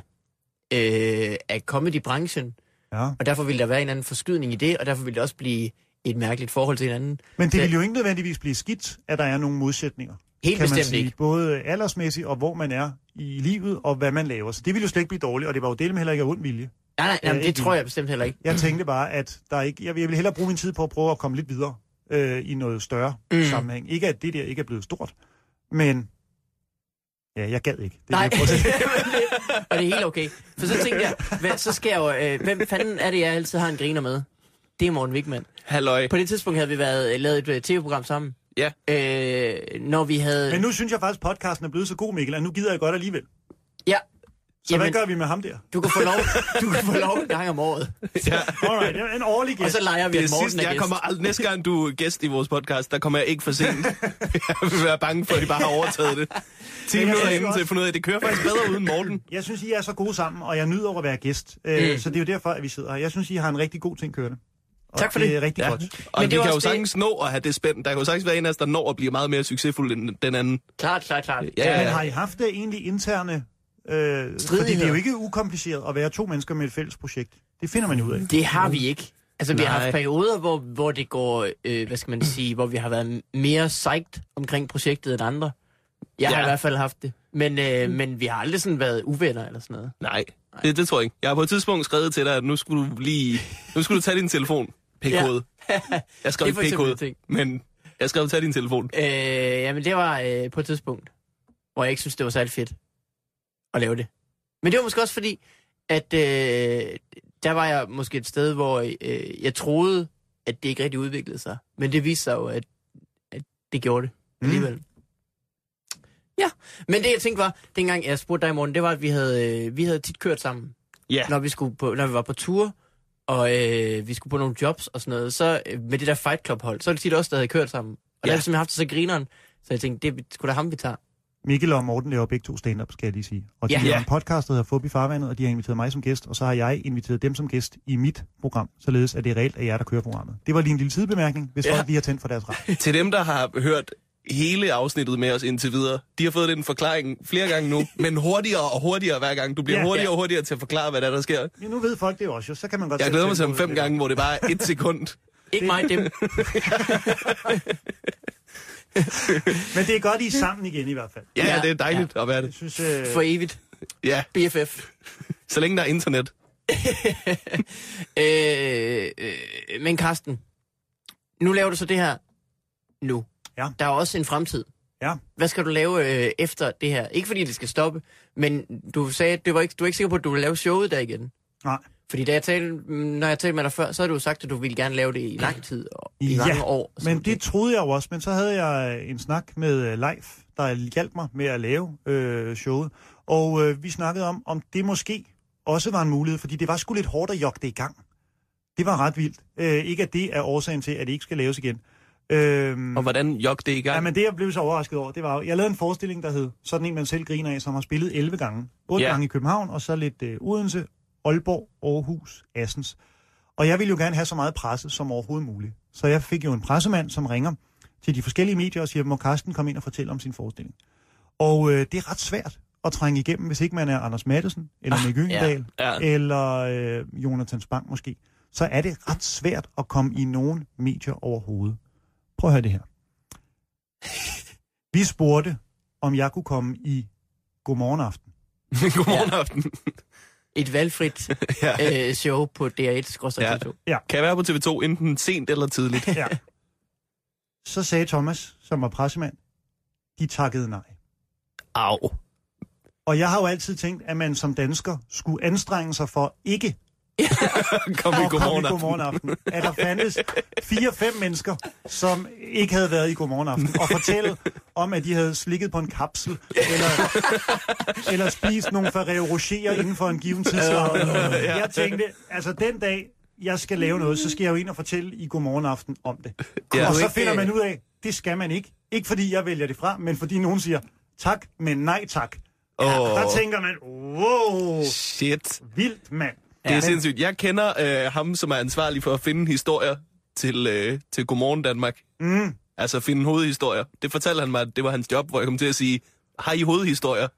øh, af comedy-branchen, Ja. og derfor ville der være en anden forskydning i det, og derfor ville det også blive et mærkeligt forhold til hinanden. Men det Så- vil jo ikke nødvendigvis blive skidt, at der er nogle modsætninger. Helt kan man bestemt sige, ikke. både aldersmæssigt og hvor man er i livet, og hvad man laver. Så det vil jo slet ikke blive dårligt, og det var jo delt med heller ikke af ond vilje. Nej, nej, nej, Ja, det ikke tror jeg bestemt heller ikke. Jeg tænkte bare, at der ikke, jeg vil jeg vil hellere bruge min tid på at prøve at komme lidt videre øh, i noget større Mm. mm. sammenhæng. Ikke at det der ikke er blevet stort, men ja, jeg gad ikke. Det er Nej, det, jeg prøver at sige. og det er helt okay. For så tænkte jeg, hvad, så skal jeg jo, øh, hvem fanden er det, jeg altid har en griner med? Det er Morten Wigman. Halløj. På det tidspunkt havde vi været, øh, lavet et øh, tv-program sammen. Ja. Øh, når vi havde... Men nu synes jeg faktisk, at podcasten er blevet så god, Mikkel, at nu gider jeg godt alligevel. Ja. Så Jamen, hvad gør vi med ham der? du kan få lov, du kan få lov en gang om året. Ja. Alright, det er en årlig Og gæst. så leger vi, Det at er Morten sidst, er jeg gæst. kommer ald- næste gang du er gæst i vores podcast, der kommer jeg ikke for sent. Jeg vil være bange for, at de bare har overtaget det. ti Men jeg minutter synes inden også- til at finde ud af, at det kører faktisk bedre uden Morten. Jeg synes, I er så gode sammen, og jeg nyder over at være gæst. Øh, Mm. Så det er jo derfor, at vi sidder her. Jeg synes, I har en rigtig god ting kørende. Og Tak for det. det. er rigtig Ja. godt. Og Men det vi er kan jo også det- sagtens nå at have det spændt. Der kan jo sagtens være en af os, der når at blive meget mere succesfuld end den anden. Klart, klart, klart. Ja, ja. Men har I haft det egentlig interne? Øh, fordi det er jo ikke ukompliceret at være to mennesker med et fælles projekt. Det finder man jo ud af. Det har vi ikke. Altså, vi har Nej. haft perioder, hvor, hvor det går, øh, hvad skal man sige, hvor vi har været mere psyched omkring projektet end andre. Jeg har Ja. i hvert fald haft det. Men, øh, men vi har aldrig sådan været uvenner eller sådan noget. Nej, det, det tror jeg ikke. Jeg har på et tidspunkt skrevet til dig, at nu skulle du lige... Nu skulle du tage din telefon. P-kode. Jeg skrev Det er for ikke eksempel P-kode, en ting. men jeg skrev tage din telefon. Øh, jamen, det var øh, på et tidspunkt, hvor jeg ikke synes, det var særlig fedt at lave det. Men det var måske også fordi, at øh, der var jeg måske et sted, hvor øh, jeg troede, at det ikke rigtig udviklede sig. Men det viste sig jo, at, at det gjorde det alligevel. Mm. Ja, men det jeg tænkte var, dengang jeg spurgte dig i morgen, det var, at vi havde, øh, vi havde tit kørt sammen, Ja. når vi, skulle på, når vi var på tur, og øh, vi skulle på nogle jobs og sådan noget. Så øh, med det der Fight Club-hold, så er det tit også, der havde kørt sammen. Og ja. Der Ja. har vi simpelthen haft det så grineren, så jeg tænkte, det er sgu da ham, vi tager. Mikkel og Morten laver begge to stand-up, skal jeg lige sige. Og de Ja. har Ja. en podcast, der hedder Fubi Farvandet, og de har inviteret mig som gæst, og så har jeg inviteret dem som gæst i mit program, således at det er reelt, at jeg der kører programmet. Det var lige en lille sidebemærkning, hvis Ja. folk lige har tændt for deres radio. Til dem, der har hørt hele afsnittet med os indtil videre, de har fået den forklaring flere gange nu, men hurtigere og hurtigere hver gang. Du bliver Ja. hurtigere og hurtigere til at forklare, hvad der, er, der sker. Ja, nu ved folk det også, jo. Så kan man godt Jeg selv glæder mig til tænke om på fem det. gange, hvor det bare er et sekund. Ikke mig, dem. Men det er godt, I er sammen igen i hvert fald. Ja, ja, det er dejligt ja. at være Jeg det. synes, øh, For evigt. Ja. B F F. Så længe der er internet. øh, øh, men Carsten, nu laver du så det her nu. Ja. Der er også en fremtid. Ja. Hvad skal du lave øh, efter det her? Ikke fordi det skal stoppe, men du sagde, at det var ikke, du er ikke sikker på, at du vil lave showet der igen. Nej. Fordi da jeg talte, når jeg talte med dig før, så har du jo sagt, at du ville gerne lave det i lang tid. Og i ja, mange år. Men det troede jeg jo også. Men så havde jeg en snak med Leif, der hjalp mig med at lave øh, showet. Og øh, vi snakkede om, om det måske også var en mulighed, fordi det var sgu lidt hårdt at jogge det i gang. Det var ret vildt. Øh, ikke at det er årsagen til, at det ikke skal laves igen. Øhm, og hvordan jogge det i gang? Ja, men det jeg blev så overrasket over, det var jeg lavede en forestilling, der hed sådan en, man selv griner af, som har spillet elleve gange. otte Ja. gange i København, og så lidt øh, Odense, Aalborg, Aarhus, Assens. Og jeg ville jo gerne have så meget presse som overhovedet muligt. Så jeg fik jo en pressemand, som ringer til de forskellige medier og siger, må Carsten komme ind og fortælle om sin forestilling. Og øh, det er ret svært at trænge igennem, hvis ikke man er Anders Mattesen, eller Mick Øgendahl, ja, ja. eller øh, Jonathan Spang måske. Så er det ret svært at komme i nogen medier overhovedet. Prøv at høre det her. Vi spurgte, om jeg kunne komme i Godmorgen Aften. Godmorgen aften. Et valgfrit ja. øh, show på D R et Ja. T V to. Ja. Kan jeg være på T V to enten sent eller tidligt? Ja. Så sagde Thomas, som var pressemand, de takkede nej. Au. Og jeg har jo altid tænkt, at man som dansker skulle anstrenge sig for ikke Kom i at komme godmorgen i Godmorgen Aften. At der fandtes fire-fem mennesker, som ikke havde været i Godmorgen Aften, og fortælle om, at de havde slikket på en kapsel, eller, eller spist nogle Ferrero Rocher inden for en given tidsramme. Jeg tænkte, altså den dag, jeg skal lave noget, så skal jeg jo ind og fortælle i Godmorgen Aften om det. Ja. Og så finder man ud af, det skal man ikke. Ikke fordi jeg vælger det fra, men fordi nogen siger tak, men nej tak. Oh. Der tænker man, wow, Shit. vildt mand. Det er sindssygt. Jeg kender øh, ham, som er ansvarlig for at finde historier til, øh, til Godmorgen Danmark. Mm. Altså finde hovedhistorier. Det fortalte han mig, at det var hans job, hvor jeg kom til at sige, har I hovedhistorier?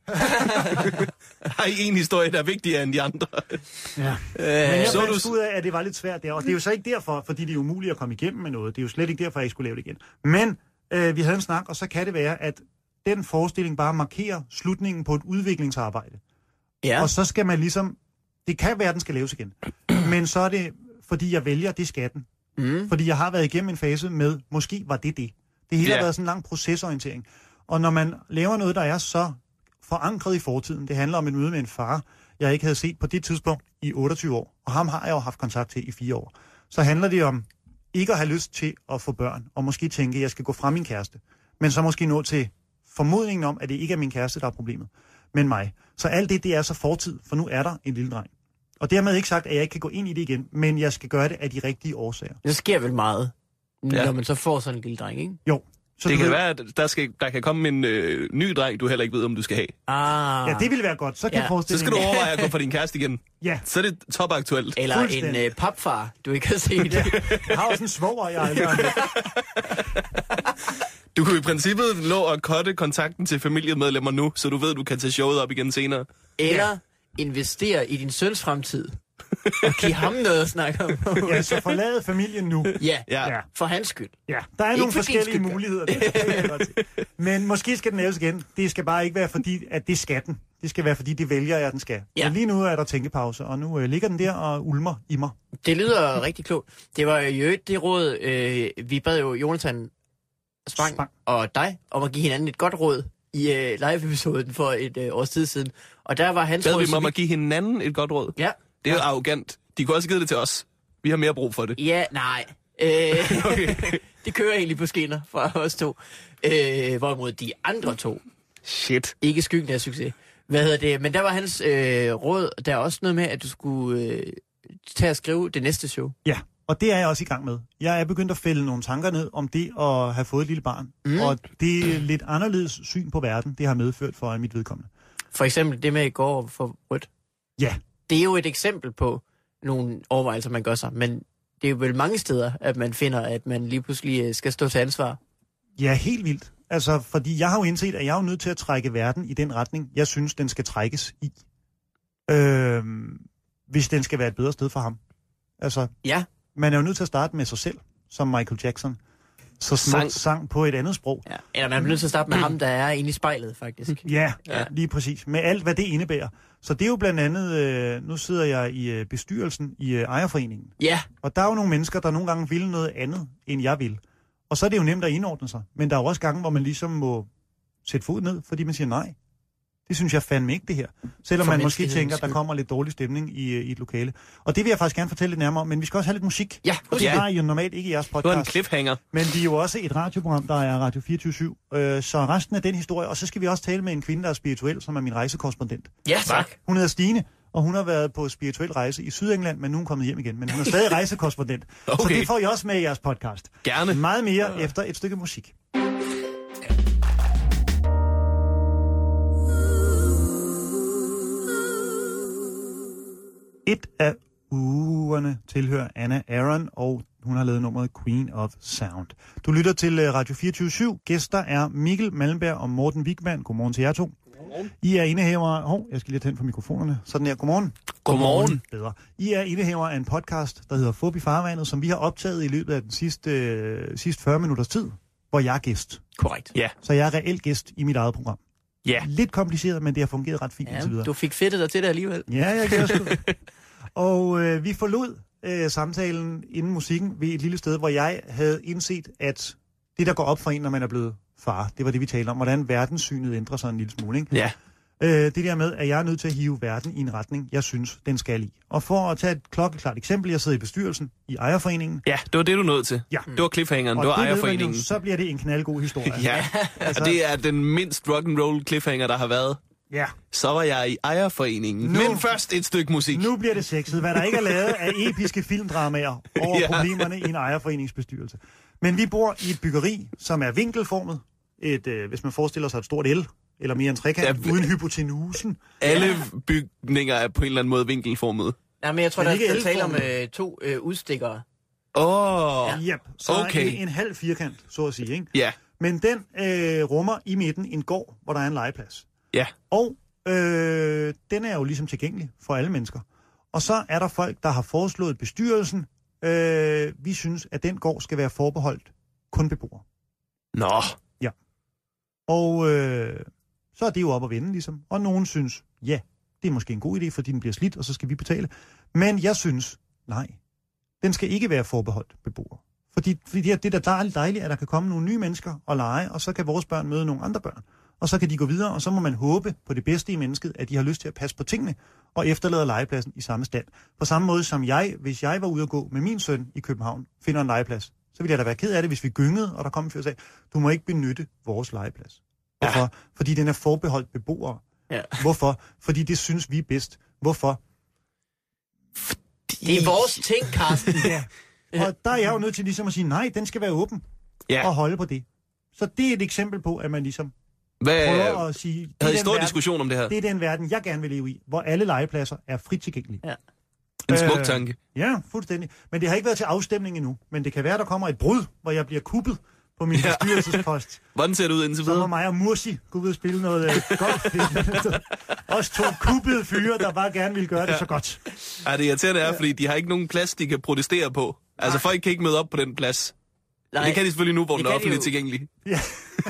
Har I en historie, der er vigtigere end de andre? Ja. Men jeg så fandt du... ud af, at det var lidt svært der, og det er jo så ikke derfor, fordi det er umuligt at komme igennem med noget. Det er jo slet ikke derfor, jeg ikke skulle lave det igen. Men øh, vi havde en snak, og så kan det være, at den forestilling bare markerer slutningen på et udviklingsarbejde. Ja. Og så skal man ligesom... Det kan være, at den skal laves igen. Men så er det, fordi jeg vælger, det skal den. Mm. Fordi jeg har været igennem en fase med, måske var det det. Det hele Ja. har været sådan en lang procesorientering. Og når man laver noget, der er så forankret i fortiden, det handler om et møde med en far, jeg ikke havde set på det tidspunkt i otteogtyve år, og ham har jeg jo haft kontakt til i fire år, så handler det om ikke at have lyst til at få børn, og måske tænke, at jeg skal gå fra min kæreste, men så måske nå til formodningen om, at det ikke er min kæreste, der er problemet, men mig. Så alt det, det er så fortid, for nu er der en lille dreng. Og dermed ikke sagt, at jeg ikke kan gå ind i det igen, men jeg skal gøre det af de rigtige årsager. Det sker vel meget, Ja. når man så får sådan en lille dreng, ikke? Jo. Så Det du kan ved, være, at der, skal, der kan komme en øh, ny dreng, du heller ikke ved, om du skal have. Ah. Ja, det ville være godt. Så kan Ja. jeg forestille Så skal du overveje at gå for din kæreste igen. Ja. Så er det topaktuelt. Eller en Fuldstændig. øh, papfar, du ikke har set. Ja. Jeg har også en svoger, jeg aldrig har mødt. Du kunne i princippet nå at cutte kontakten til familiemedlemmer nu, så du ved, du kan tage showet op igen senere. Eller investere i din søns fremtid. Og give ham noget at snakke om. Ja, så forlade familien nu. Ja, Ja. Ja. for hans skyld. Ja, der er Ikke nogle for din forskellige skyld. muligheder. Det, det kan jeg godt se. Men måske skal den laves igen. Det skal bare ikke være fordi, at det skal den. Det skal være fordi, det vælger jeg, at den skal. Ja. Men lige nu er der tænkepause, og nu øh, ligger den der og ulmer i mig. Det lyder rigtig klogt. Det var jo det råd, øh, vi bad jo Jonathan Spang, Spang. og dig om at give hinanden et godt råd i øh, live-episoden for et øh, års tid siden. Og der var hans Bad råd... vi så mig om at give hinanden et godt råd? Ja. Det er jo arrogant. De kunne også give det til os. Vi har mere brug for det. Ja, nej. Øh, Okay. det kører egentlig på skinner fra os to. Øh, hvorimod de andre to Shit. ikke skyggen af succes. Hvad hedder det? Men der var hans øh, råd, der er også noget med, at du skulle øh, tage og skrive det næste show. Ja, og det er jeg også i gang med. Jeg er begyndt at fælde nogle tanker ned om det at have fået et lille barn. Mm. Og det er lidt anderledes syn på verden, det har medført for mit vedkommende. For eksempel det med at gå over for rødt. Ja. Det er jo et eksempel på nogle overvejelser, man gør sig, men det er jo vel mange steder, at man finder, at man lige pludselig øh, skal stå til ansvar. Ja, helt vildt. Altså, fordi jeg har jo indset, at jeg er jo nødt til at trække verden i den retning, jeg synes, den skal trækkes i. Øhm, hvis den skal være et bedre sted for ham. Altså, Ja. man er jo nødt til at starte med sig selv, som Michael Jackson. så smukt sang. sang på et andet sprog. Ja. Eller man bliver nødt til at starte med ham, der er inde i spejlet, faktisk. Ja, ja, lige præcis. Med alt, hvad det indebærer. Så det er jo blandt andet, øh, nu sidder jeg i øh, bestyrelsen i øh, ejerforeningen. Ja. Og der er jo nogle mennesker, der nogle gange vil noget andet, end jeg vil. Og så er det jo nemt at indordne sig. Men der er jo også gange, hvor man ligesom må sætte fod ned, fordi man siger nej. Det synes jeg fandme ikke, det her. Selvom man måske tænker, at der kommer lidt dårlig stemning i, i et lokale. Og det vil jeg faktisk gerne fortælle lidt nærmere om, men vi skal også have lidt musik. Ja, og det ja. har I jo normalt ikke i jeres podcast. Det var en cliffhanger. Men vi er jo også et radioprogram, der er Radio fireogtyve syv. Øh, så resten af den historie, og så skal vi også tale med en kvinde, der er spirituel, som er min rejsekorrespondent. Ja, tak. Hun hedder Stine, og hun har været på spirituel rejse i Sydengland, men nu er hun kommet hjem igen. Men hun er stadig rejsekorrespondent. Okay. Så det får I også med i jeres podcast. Gerne. Meget mere ja. efter et stykke musik. Et af ugerne tilhører Anna Aaron, og hun har lavet nummeret Queen of Sound. Du lytter til Radio fireogtyve syv. Gæster er Mikkel Malmberg og Morten Wigman. Godmorgen til jer to. Godmorgen. I er indehaver... Hov, jeg skal lige tænde for mikrofonerne. Sådan her. Godmorgen. Godmorgen. Bedre. I er indehaver af en podcast, der hedder Fup i Farvandet, som vi har optaget i løbet af den sidste, øh, sidste fyrre minutters tid, hvor jeg er gæst. Korrekt. Ja. Så jeg er reelt gæst i mit eget program. Ja. Lidt kompliceret, men det har fungeret ret fint Ja, indtil videre. du fik fedtet dig til det alligevel. Ja, jeg kan også. Og øh, vi forlod øh, samtalen inden musikken ved et lille sted, hvor jeg havde indset, at det, der går op for en, når man er blevet far, det var det, vi talte om, hvordan verdenssynet ændrer sig en lille smule. Ikke? Ja. Øh, det der med, at jeg er nødt til at hive verden i en retning, jeg synes, den skal i. Og for at tage et klokkeklart eksempel, jeg sidder i bestyrelsen i ejerforeningen. Ja, det var det, du nåede til. Ja. Det var cliffhangeren, Og det var det ved man ejerforeningen. jo, så bliver det en knaldgod historie. Ja, Altså- og det er den mindst rock'n'roll cliffhanger, der har været. Ja. Så var jeg i ejerforeningen. Nu- Men først et stykke musik. Nu bliver det sexet, hvad der ikke er lavet af episke filmdramaer over Ja. problemerne i en ejerforeningsbestyrelse. Men vi bor i et byggeri, som er vinkelformet. Et, øh, hvis man forestiller sig et stort L, eller mere en trekant, Ja. uden hypotenusen. Alle bygninger er på en eller anden måde vinkelformet. Ja, men jeg tror, Men der ikke er tale om elformet. øh, to øh, udstikkere. Åh, oh, Ja. Yep. Så Okay. en, en halv firkant, så at sige. Ikke? ja, Men den øh, rummer i midten en gård, hvor der er en legeplads. ja. Og øh, den er jo ligesom tilgængelig for alle mennesker. Og så er der folk, der har foreslået bestyrelsen, øh, vi synes, at den gård skal være forbeholdt kun beboere. Nå, Og øh, så er det jo op at vende, ligesom. Og nogen synes, ja, det er måske en god idé, fordi den bliver slidt, og så skal vi betale. Men jeg synes, nej, den skal ikke være forbeholdt beboere. Fordi, fordi det er da dejligt, at der kan komme nogle nye mennesker og lege, og så kan vores børn møde nogle andre børn. Og så kan de gå videre, og så må man håbe på det bedste i mennesket, at de har lyst til at passe på tingene, og efterlader legepladsen i samme stand. På samme måde som jeg, hvis jeg var ude at gå med min søn i København, finder en legeplads, så ville jeg da være ked af det, hvis vi gyngede, og der kom en fyr og sagde, du må ikke benytte vores legeplads. Hvorfor? Ja. Fordi den er forbeholdt beboere. Ja. Hvorfor? Fordi det synes vi er bedst. Hvorfor? Det er vores ting, Carsten. Ja. Og der er jeg jo nødt til ligesom at sige, nej, den skal være åben ja. og holde på det. Så det er et eksempel på, at man ligesom Hvad, prøver at sige, det havde I er, stor den diskussion verden, om det her? det er den verden, jeg gerne vil leve i, hvor alle legepladser er frit tilgængelige. Ja. En smuk Øh, tanke. Ja, fuldstændig. Men det har ikke været til afstemning endnu. Men det kan være, der kommer et brud, hvor jeg bliver kuppet på min Ja. bestyrelsespost. Hvordan ser det ud indtil Så må videre? mig og Mursi gå ud og spille noget øh, golf. Også to kuppede fyre, der bare gerne vil gøre det så godt. Ja, det irriterende er, fordi de har ikke nogen plads, de kan protestere på. Altså, Nej. folk kan ikke møde op på den plads. Nej. Det kan de selvfølgelig nu, hvor Det den er kan de offentligt jo. tilgængelig. Ja.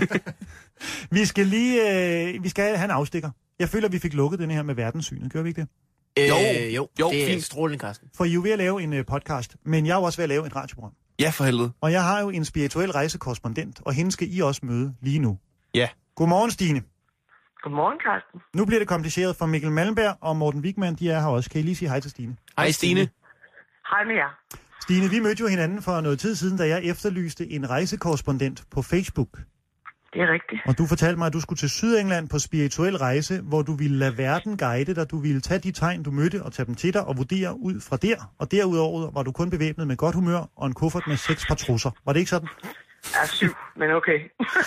Vi skal lige øh, vi skal have en afstikker. Jeg føler, vi fik lukket den her med verdenssynet. Gør vi ikke det? Øh, Jo. jo, Jo, det er fint. strålende, Carsten. For I er jo ved at lave en øh, podcast, men jeg er jo også ved at lave et radioprogram. Ja, for helvede. Og jeg har jo en spirituel rejsekorrespondent, og hende skal I også møde lige nu. Ja. Godmorgen, Stine. Godmorgen, Carsten. Nu bliver det kompliceret for Mikkel Malmberg og Morten Wigman. De er her også. Kan I lige sige hej til Stine? Hej, Stine. Hej med jer. Stine, vi mødte jo hinanden for noget tid siden, da jeg efterlyste en rejsekorrespondent på Facebook. Det er rigtigt. Og du fortalte mig, at du skulle til Sydengland på spirituel rejse, hvor du ville lade verden guide dig. Du ville tage de tegn, du mødte, og tage dem til dig og vurdere ud fra der. Og derudover var du kun bevæbnet med godt humør og en kuffert med seks par trusser. Var det ikke sådan? Ja, syv, men okay.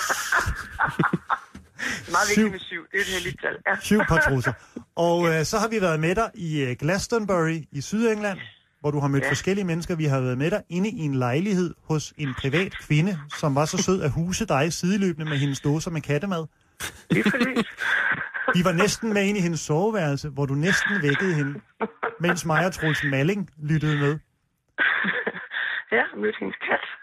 Meget Syv. vigtigt med syv. Det er et heldigt tal. Ja. Syv par trusser. Og øh, så har vi været med dig i øh, Glastonbury i Sydengland, hvor du har mødt ja. Ja. forskellige mennesker. Vi har været med dig inde i en lejlighed hos en privat kvinde, som var så sød at huse dig sideløbende med hendes dåser med kattemad. Lige præcis. Vi var næsten med ind i hendes soveværelse, hvor du næsten vækkede hende, mens mig og Troels Malling lyttede med. Ja, mødte hendes kat.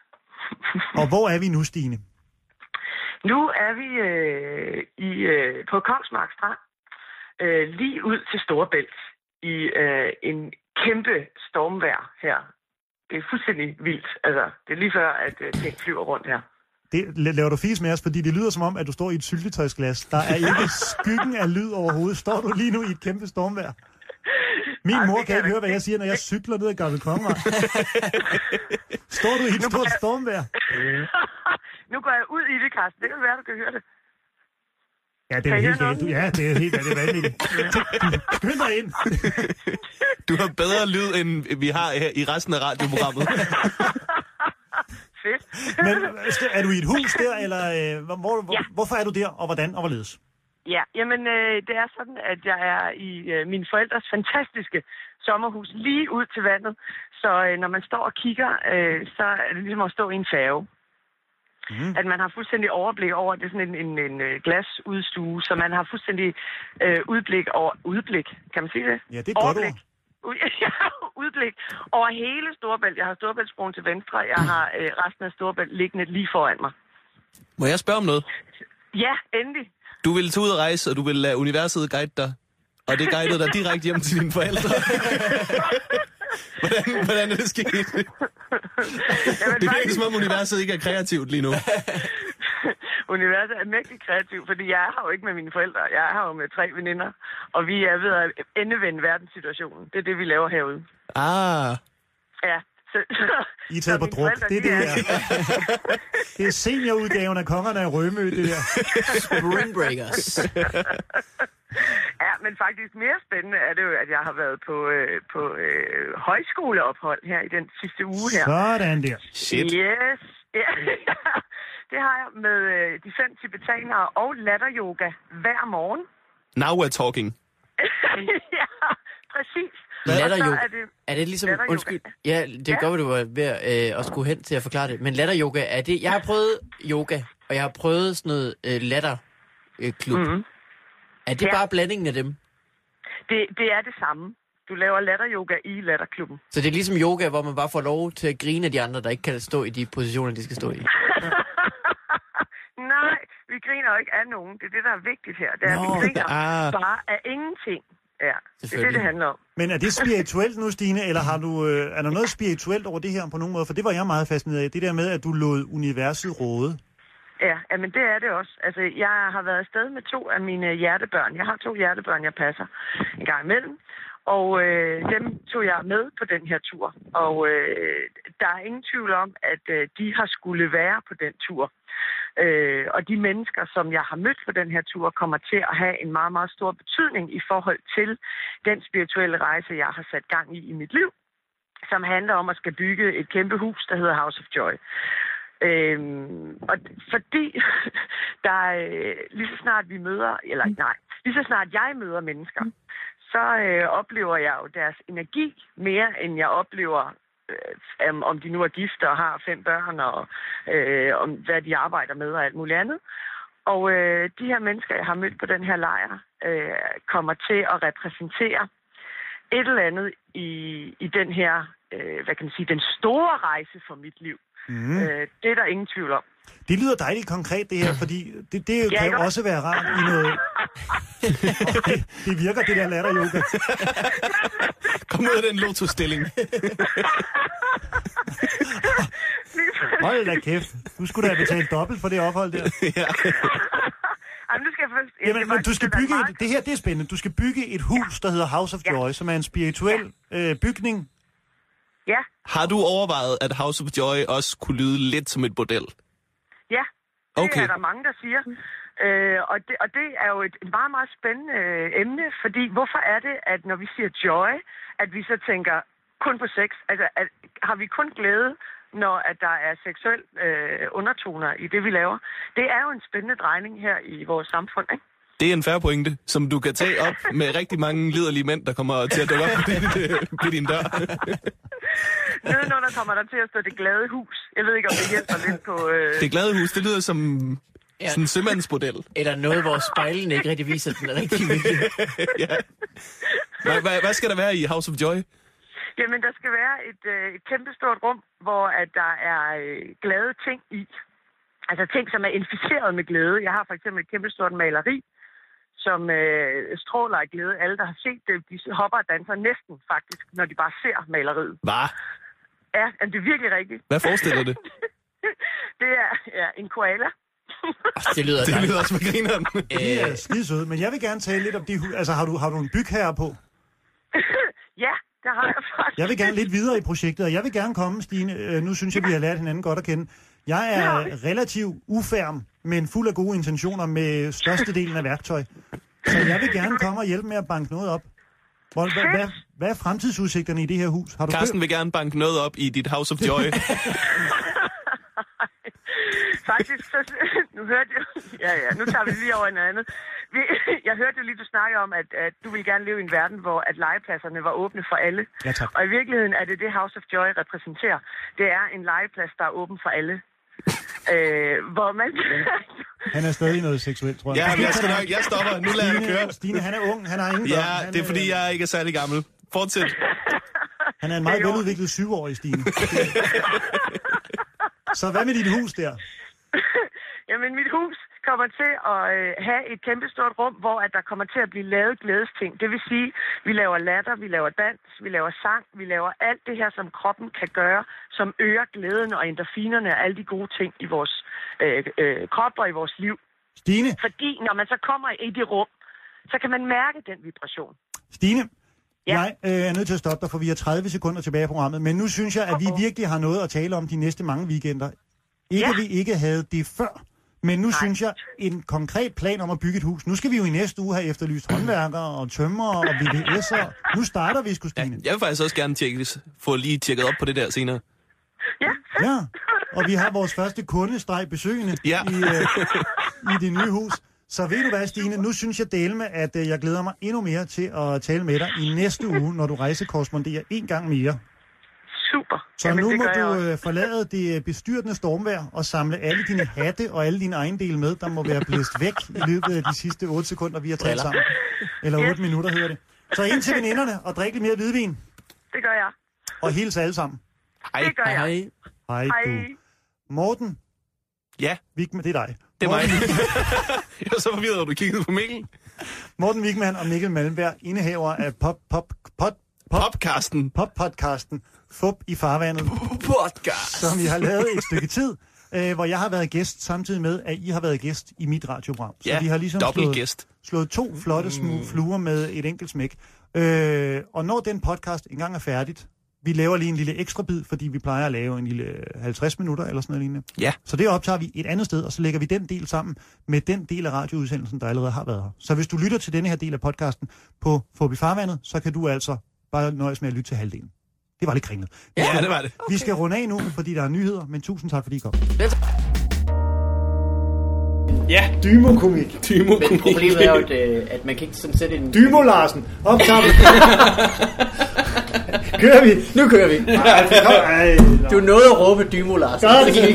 Og hvor er vi nu, Stine? Nu er vi øh, i, øh, på Kongsmark Strand, øh, lige ud til Storebælt, i øh, en kæmpe stormvejr her. Det er fuldstændig vildt. Altså, det er lige før, at øh, ting flyver rundt her. Det laver du fis med os, fordi det lyder som om, at du står i et syltetøjsglas. Der er ikke skyggen af lyd overhovedet. Står du lige nu i et kæmpe stormvejr? Min Ej, mor kan kan ikke jeg høre, hvad jeg siger, når jeg cykler ned ad Gamle Kongemark. Står du i et stort stormvejr? Nu går jeg ud i det, Carsten. Det kan være, du kan høre det. Ja, det er Kan I helt høre galt. noget? Ja, det er helt det er vanvittigt. Skynd dig ind. Du har bedre lyd, end vi har her i resten af radioprogrammet. Fedt. Men er du i et hus der, eller øh, hvor, hvor, Ja. hvorfor er du der, og hvordan og hvorledes? Ja, jamen øh, det er sådan, at jeg er i øh, mine forældres fantastiske sommerhus lige ud til vandet. Så øh, når man står og kigger, øh, så er det ligesom at stå i en færge. Mm. At man har fuldstændig overblik over, det er sådan en, en, en glasudstue, så man har fuldstændig øh, udblik over, udblik, kan man sige det? Ja, det er et godt ord. Jeg har udblik over hele Storebælt. Jeg har Storebæltsbroen til venstre. Jeg har øh, resten af Storebælt liggende lige foran mig. Må jeg spørge om noget? Ja, endelig. Du vil tage ud og rejse, og du vil lade universet guide dig. Og det guidede dig direkte hjem til dine forældre. hvordan, hvordan er det sket? Det virker som om universet ikke er kreativt lige nu. Universet er mægtigt kreativt, fordi jeg er her jo ikke med mine forældre. Jeg er her jo med tre veninder, og vi er ved at endevende verdenssituationen. Det er det, vi laver herude. Ah. Ja. Så, I er taget på druk. Det er det her. Det er seniorudgaven af Kongerne af Rømø, det der. Spring Breakers. Ja, men faktisk mere spændende er det jo, at jeg har været på, øh, på øh, højskoleophold her i den sidste uge her. Sådan der. Shit. Yes. Ja, det har jeg med øh, de fem tibetanere og latteryoga hver morgen. Now we're talking. Ja, præcis. Latteryoga. Er det, er det ligesom... latteryoga. Undskyld. Ja, det kan Ja. godt være, du var ved øh, at skulle hen til at forklare det. Men latteryoga, er det... Jeg har prøvet yoga, og jeg har prøvet sådan noget øh, latterklub. Mm-hmm. Er det Ja. bare blandingen af dem? det, det er det samme. Du laver latteryoga i latterklubben. Så det er ligesom yoga, hvor man bare får lov til at grine af de andre, der ikke kan stå i de positioner, de skal stå i? Nej, vi griner jo ikke af nogen. Det er det, der er vigtigt her. Det er, Nå, vi griner ah. bare af ingenting. Ja, det er det, Selvfølgelig. det handler om. Men er det spirituelt nu, Stine, eller har du, øh, er der noget spirituelt over det her på nogen måde? For det var jeg meget fascineret af. Det der med, at du lod universet råde. Ja, men det er det også. Altså, jeg har været afsted med to af mine hjertebørn. Jeg har to hjertebørn, jeg passer en gang imellem. Og øh, dem tog jeg med på den her tur. Og øh, der er ingen tvivl om, at øh, de har skulle være på den tur. Øh, og de mennesker, som jeg har mødt på den her tur, kommer til at have en meget, meget stor betydning i forhold til den spirituelle rejse, jeg har sat gang i i mit liv, som handler om at skal bygge et kæmpe hus, der hedder House of Joy. Øhm, og fordi der øh, lige så snart vi møder, eller nej, lige så snart jeg møder mennesker, så øh, oplever jeg jo deres energi mere, end jeg oplever, øh, om de nu er gift og har fem børn, og øh, om hvad de arbejder med og alt muligt andet. Og øh, de her mennesker, jeg har mødt på den her lejr, øh, kommer til at repræsentere et eller andet i, i den her, øh, hvad kan man sige, den store rejse for mit liv. Mm. Øh, det er der ingen tvivl om. Det lyder dejligt konkret, det her, fordi det, det Ja, kan jo ikke? også være rart i noget... det, det virker, det der latter-yoga. Kom ud af den lotus-stilling. Hold da kæft. Du skulle da have betalt dobbelt for det ophold der. Ja. Jamen, nu skal jeg faktisk... jeg Jamen, men du skal faktisk bygge... være Et, det her, det er spændende. Du skal bygge et hus, der hedder House of Joy, som er en spirituel øh, bygning. Ja, Har du overvejet, at House of Joy også kunne lyde lidt som et bordel? ja. Det Okay. er der mange, der siger. Øh, og, det, og det er jo et, et meget, meget spændende øh, emne, fordi hvorfor er det, at når vi siger joy, at vi så tænker kun på sex? Altså, at, har vi kun glæde, når at der er seksuel øh, undertoner i det, vi laver? Det er jo en spændende drejning her i vores samfund, ikke? Det er en fair pointe, som du kan tage op med rigtig mange liderlige mænd, der kommer til at dukke op på din, på din dør. Nedenunder kommer der til at stå det glade hus. Jeg ved ikke, om det hjælper lidt på... Øh... Det glade hus, det lyder som Ja. sådan en sømandsmodel. Eller noget, hvor spejlene ikke rigtig viser den rigtige vinkel. Ja. Hvad, hvad, hvad skal der være i House of Joy? Jamen, der skal være et, øh, et kæmpestort rum, hvor at der er øh, glade ting i. Altså ting, som er inficeret med glæde. Jeg har for eksempel et kæmpestort maleri, som øh, stråler af glæde. Alle, der har set det, de hopper og danser næsten faktisk, når de bare ser maleriet. Hvad? Ja, det er virkelig rigtigt. Hvad forestiller det? Det er ja, en koala. Det lyder, det lyder også med grineren. Det er skidesøde, men jeg vil gerne tale lidt om de hu- Altså, har du, har du en bygherre på? Ja, det har jeg faktisk. Jeg vil gerne lidt videre i projektet, og jeg vil gerne komme, Stine. Øh, nu synes jeg, vi har lært hinanden godt at kende. Jeg er relativt ufærm, men fuld af gode intentioner med størstedelen af værktøj. Så jeg vil gerne komme og hjælpe med at banke noget op. Hvor, hvad, hvad, hvad er fremtidsudsigterne i det her hus? Har du Carsten vil gerne banke noget op i dit House of Joy. Faktisk, så, nu hørte jeg... Ja, ja, nu tager vi lige over en andet. Vi, jeg hørte jo lige, du snakke om, at, at du vil gerne leve i en verden, hvor at legepladserne var åbne for alle. Ja, tak. Og i virkeligheden er det det House of Joy repræsenterer. Det er en legeplads, der er åben for alle. øh, hvor man... Han er stadig noget seksuelt, tror jeg. Ja, men jeg, skal nok, jeg stopper. Nu lader jeg det køre. Stine, han er ung, han har ingen Ja, børn. Han det er fordi, jeg ikke er særlig gammel. Fortsæt. Han er en meget veludviklet syvårig, Stine. Så hvad med dit hus der? Jamen, mit hus kommer til at øh, have et kæmpestort rum, hvor at der kommer til at blive lavet glædesting. Det vil sige, vi laver latter, vi laver dans, vi laver sang, vi laver alt det her, som kroppen kan gøre, som øger glæden og endorfinerne og alle de gode ting i vores øh, øh, krop og i vores liv. Stine? Fordi når man så kommer i det rum, så kan man mærke den vibration. Stine? Ja. Jeg øh, er nødt til at stoppe dig, for vi har tredive sekunder tilbage i programmet. Men nu synes jeg, at vi virkelig har noget at tale om de næste mange weekender. Ikke ja. at vi ikke havde det før, men nu Nej. synes jeg, en konkret plan om at bygge et hus. Nu skal vi jo i næste uge have efterlyst håndværkere og tømrere og V V S'er. Nu starter vi, sgu, Stine. Ja, jeg vil faktisk også gerne tjekke, få lige tjekket op på det der senere. Ja. Ja, og vi har vores første kundestreg besøgende ja. i, øh, i det nye hus. Så ved du hvad, Stine, nu synes jeg dele med, at øh, jeg glæder mig endnu mere til at tale med dig i næste uge, når du rejsekorresponderer en gang mere. Super. Så Jamen, nu må du øh, forlade det bestyrtende stormvejr og samle alle dine hatte og alle dine ejendele med, der må være blæst væk i løbet af de sidste otte sekunder, vi har talt sammen. Eller otte yes. minutter hedder det. Så ind til veninderne og drik lidt mere hvidvin. Det gør jeg. Og hils alle sammen. Hej. Det gør jeg. Hej. Hej, du. Morten. Ja. Wigman, det er dig. Det er mig. Jeg var så forvirret, at du kiggede på Mikkel. Morten Wigman og Mikkel Malmberg, indehaver af Pop Pop Pop Popcasten. Pop-podcasten Fup i farvandet. Podcast. Som vi har lavet et stykke tid, øh, hvor jeg har været gæst, samtidig med, at I har været gæst i mit radioprogram. Så ja, vi har ligesom slået, gæst. slået to flotte små fluer med et enkelt smæk. Øh, og når den podcast engang er færdigt, vi laver lige en lille ekstra bid, fordi vi plejer at lave en lille halvtreds minutter eller sådan noget lignende. Ja. Så det optager vi et andet sted, og så lægger vi den del sammen med den del af radioudsendelsen, der allerede har været her. Så hvis du lytter til denne her del af podcasten på Fup i farvandet, så kan du altså bare nøjes med at lytte til halvdelen. Det var lidt kringlet. Ja, skal, det var det. Okay. Vi skal runde af nu, fordi der er nyheder, men tusind tak, fordi I kom. Ja, Dymo-komik. Dymo-komik. Men problemet er jo, at, at man kan ikke sådan sætte en... Dymo Larsen, optager vi. Kører vi? Nu kører vi. Ej, kom, ej, du nåede at råbe Dymo Larsen.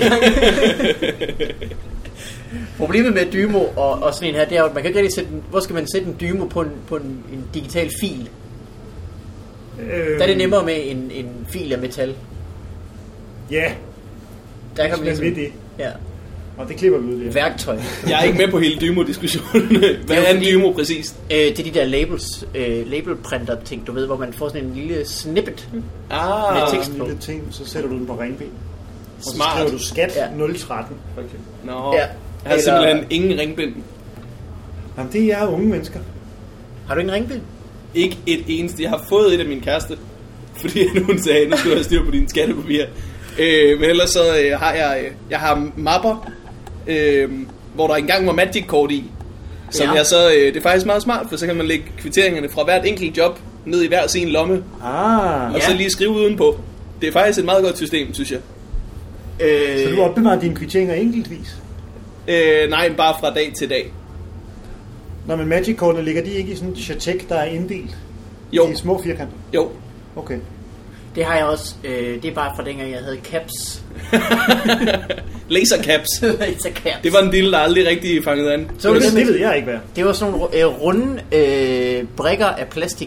Problemet med Dymo og, og sådan en her, det er jo, at man kan ikke rigtig sætte en, hvor skal man sætte en Dymo på en, på en, en digital fil? Øh, der er det nemmere med en, en fil af metal. Ja, der kan man ligesom, det. Ja. Og det klipper vi ud det. Værktøj. Jeg er ikke med på hele Dymo-diskussionen. Hvad er, er en Dymo præcist? Øh, det er de der labels, øh, labelprinter ting, du ved, hvor man får sådan en lille snippet ah, med tekst på. En lille ting, så sætter du den på ringben. Smart. Og så skriver du skat ja. nul tretten, for eksempel. Nå, ja. Jeg har Eller... simpelthen ingen ringbind. Jamen, det er unge mennesker. Har du ingen ringbind? Ikke et eneste. Jeg har fået et af min kæreste, fordi hun sagde, nu skal du have styr på dine skattepapirer. Øh, men ellers så øh, har jeg, øh, jeg har mapper, øh, hvor der engang var Magic-kort i. Som ja. jeg så, øh, det er faktisk meget smart, for så kan man lægge kvitteringerne fra hvert enkelt job ned i hver sin lomme. Ah, og ja. så lige skrive udenpå. Det er faktisk et meget godt system, synes jeg. Øh, så du opbevarer dine kvitteringer enkeltvis? Øh, nej, bare fra dag til dag. Nå, men Magic-kortene ligger de ikke i sådan en chatek, der er inddelt? Jo. I små firkanter? Jo. Okay. Det har jeg også. Øh, det er bare fra dengang, jeg havde caps. Laser caps. Laser caps. Det var en lille, der aldrig rigtig fanget an. Så det, det ved jeg ikke, hvad. Det var sådan nogle øh, runde øh, brikker af plastik,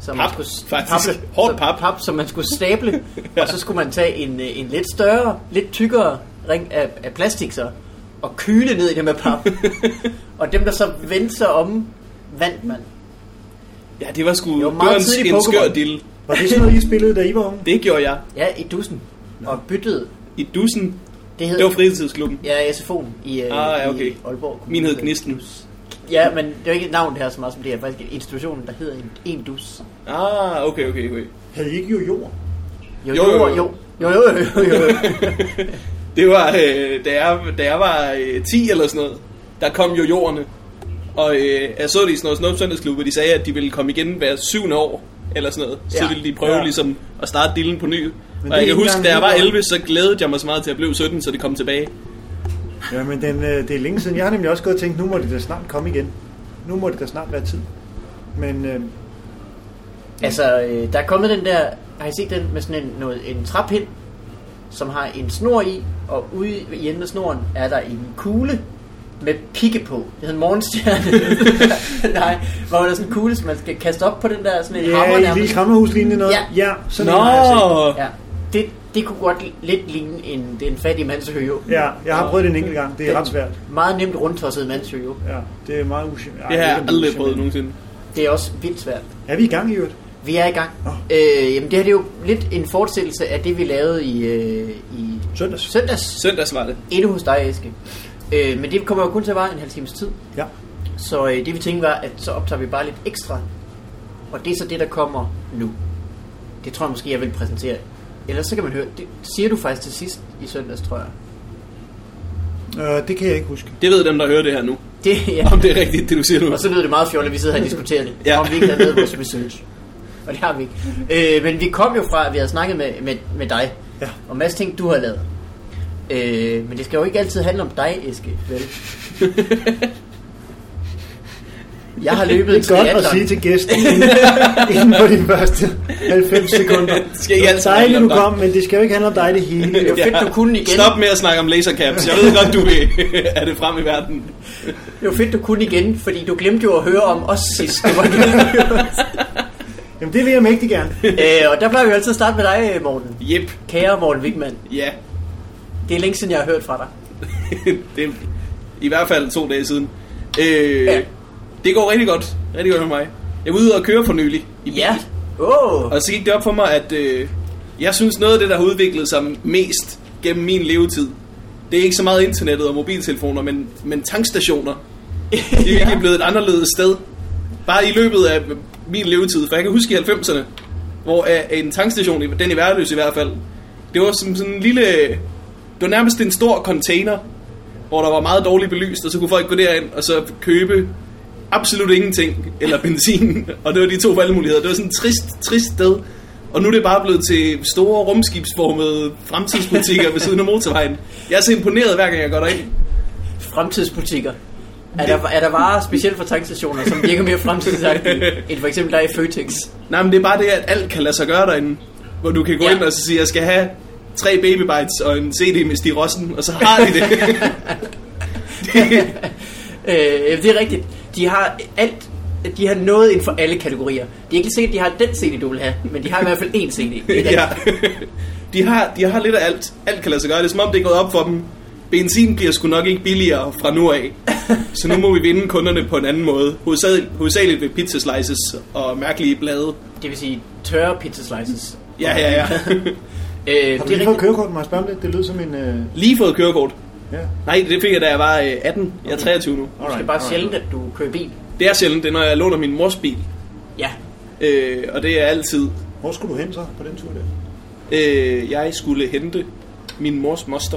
som Pap, man skulle faktisk. pappe, Hårdt så, pap. pap, som man skulle stable, ja. Og så skulle man tage en, en lidt større, lidt tykkere ring af, af plastik så, og kyle ned i det med pap. Og dem, der så vendte sig om, vandt man. Ja, det var sgu det var det meget var en, tidlig en Pokémon. skør dille. Var det sådan noget, I spillede, da I var unge? Det gjorde jeg. Ja, i dussen. Og byttede. I dussen? Det, hed, det var fritidsklubben. Ja, i S F O'en i, ah, ja, okay. i Aalborg. Min hed Gnisten. Ja, men det er jo ikke et navn det her så meget som det er. Faktisk en institution, der hedder en, en dus. Ah, okay, okay, okay. Havde I ikke jo jord? Jo, jo, jo. Jo, jo, jo, jo, jo. Det var, øh, da, jeg, da jeg var øh, ti eller sådan noget, der kom jo jorderne. Og øh, jeg så det i sådan noget snupsøndagsklub, hvor de sagde, at de ville komme igen hver syvende år, eller sådan noget. Så ja. ville de prøve ja. ligesom at starte dillen på ny. Men og jeg kan huske, da jeg var gang, elleve, så glædede jeg mig så meget til at blive sytten, så det kom tilbage. Ja, men den, øh, det er længe siden. Jeg har nemlig også gået og tænkt, nu må det da snart komme igen. Nu må det da snart være tid. Men... Øh, altså, øh, der er kommet den der... Har I set den med sådan en, noget, en træpind, som har en snor i, og ude i enden af snoren er der en kugle med pigge på. Det hedder en morgenstjerne. Nej, hvor der er sådan en kugle, som man skal kaste op på den der sådan en ja, hammer. Ja, i lille krammerhuslignende noget. Ja, ja sådan en har jeg set. Ja, det, det kunne godt lidt ligne en, det er en fattig mandsøjo. Ja, jeg har prøvet det en enkelt gang. Det er ret svært. Meget nemt rundtosset mandsøjo. Ja, det er meget usjældent. Det har jeg aldrig prøvet nogensinde. Det er også vildt svært. Er vi i gang i øvrigt? Vi er i gang. Oh. Øh, jamen det her det er jo lidt en fortsættelse af det vi lavede i, øh, i søndags. søndags. Søndags var det. Inde hos dig, Eske. Øh, men det kommer jo kun til at vare en halv times tid. Ja. Så øh, det vi tænkte var, at så optager vi bare lidt ekstra. Og det er så det, der kommer nu. Det tror jeg måske, jeg vil præsentere. Ellers så kan man høre, det siger du faktisk til sidst i søndags, tror jeg. Øh, det kan jeg ikke huske. Det ved dem, der hører det her nu. Det, ja. Om det er rigtigt, det du siger nu. Og så lyder det meget fjollet, at vi sidder her og diskuterer det. Ja. Om vi ikke har lavet vores research. Og det har vi ikke. Øh, men vi kom jo fra, at vi havde snakket med, med, med dig. Ja. Og masser ting, du har lavet. Øh, men det skal jo ikke altid handle om dig, Eske. Vel? Jeg har løbet det er godt at sige til gæsten inden, inden på de første halvfems sekunder. Det skal ikke altid dejligt, du kom, men det skal jo ikke handle om dig det hele. Det er jo fedt, du kunne igen. Stop med at snakke om lasercaps. Jeg ved godt, du vil have det frem i verden. Det er jo fedt, du kunne igen, fordi du glemte jo at høre om os sidst. Det var Jamen, det vil jeg mægtig gerne. øh, og der plejer vi jo altid at starte med dig, Morten. Jep. Kære Morten Wigman. Ja. Det er længe siden, jeg har hørt fra dig. Det er i hvert fald to dage siden. Øh, ja. Det går rigtig godt. Rigtig godt med mig. Jeg var ude og køre for nylig i bil. Ja. Oh. Og så gik det op for mig, at øh, jeg synes noget af det, der har udviklet sig mest gennem min levetid, det er ikke så meget internettet og mobiltelefoner, men, men tankstationer. De er virkelig ja. blevet et anderledes sted. Bare i løbet af min levetid. For jeg kan huske i halvfemserne, hvor en tankstation, den i Værløse i hvert fald, det var som sådan en lille... Det var nærmest en stor container, hvor der var meget dårligt belyst, og så kunne folk gå derind og så købe absolut ingenting, eller benzin, og det var de to valgmuligheder. Det var sådan et trist, trist sted, og nu er det bare blevet til store rumskibsformede fremtidsbutikker ved siden af motorvejen. Jeg er så imponeret, hver gang jeg går derind. Fremtidsbutikker. Er der, er der varer specielt for tankstationer, som virker mere fremtidsagtige, end for eksempel der i Føtex? Nej, men det er bare det, at alt kan lade sig gøre derinde, hvor du kan gå ja. ind og så sige, jeg skal have tre Baby Bites og en C D med Stig Rossen, og så har de det. det. øh, det er rigtigt. De har alt, de har noget inden for alle kategorier. Det er ikke sikkert, at de har den C D, du vil have, men de har i hvert fald én C D. Ja. de, har, de har lidt af alt. Alt kan lade sig gøre. Det er som om, det er gået op for dem. Benzin bliver sgu nok ikke billigere fra nu af. Så nu må vi vinde kunderne på en anden måde. Hovedsageligt ved pizza slices og mærkelige blade. Det vil sige tørre pizza slices. Ja, ja, ja. øh, har du lige fået kørekort? Må jeg spørge om det? Det lyder som en... Øh... Lige fået kørekort? Ja. Nej, det fik jeg, da jeg var atten. Jeg er treogtyve nu. Det er bare sjældent, at du kører bil. Det er sjældent. Det er, når jeg låner min mors bil. Ja. Øh, og det er altid... Hvor skulle du hen så på den tur der? Øh, jeg skulle hente min mors moster.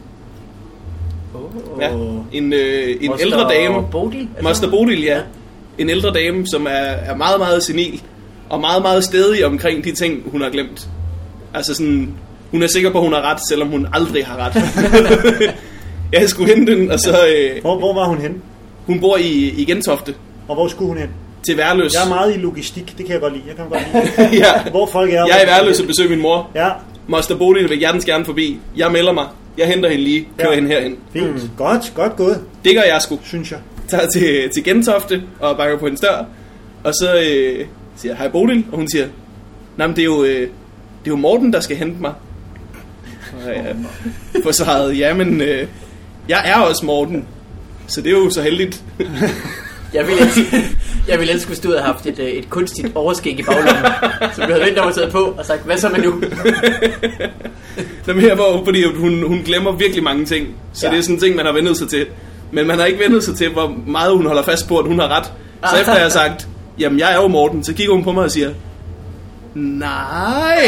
Oh. Ja, en, øh, en Moster ældre dame. Bodil? Moster Bodil, ja. ja. En ældre dame, som er, er meget, meget senil. Og meget, meget stædig omkring de ting, hun har glemt. Altså sådan... Hun er sikker på, at hun har ret, selvom hun aldrig har ret. Jeg skulle hente den, og så... Øh, hvor, hvor var hun henne? Hun bor i, i Gentofte. Og hvor skulle hun hen? Til Værløs. Jeg er meget i logistik, det kan jeg godt lide. Jeg kan godt lide. ja. Hvor folk er. Jeg er i Værløs og besøger min mor. Ja. Moster Bodil vil hjertens gerne forbi. Jeg melder mig. Jeg henter hende lige. Kører ja. hende herhen. Fint. Mm. Godt, godt gået. Det gør jeg sgu. Synes jeg. Tager til, til Gentofte og banker på hendes dør. Og så, øh, siger, hej Bodil, og hun siger, nej, men det er jo, øh, det er jo Morten, der skal hente mig. Og jeg får svaret, jamen, øh, jeg er også Morten, så det er jo så heldigt. Jeg ville elske, jeg ville elske, hvis du havde haft et, et kunstigt overskæg i baglommen, så du havde ventet over taget på og sagt, hvad så med nu? Nå, men her var, fordi hun, hun glemmer virkelig mange ting, så ja. Det er sådan en ting, man har vendet sig til. Men man har ikke vendet sig til, hvor meget hun holder fast på, at hun har ret. Så efter jeg har sagt, jamen jeg er jo Morten, så kigger hun på mig og siger, nej.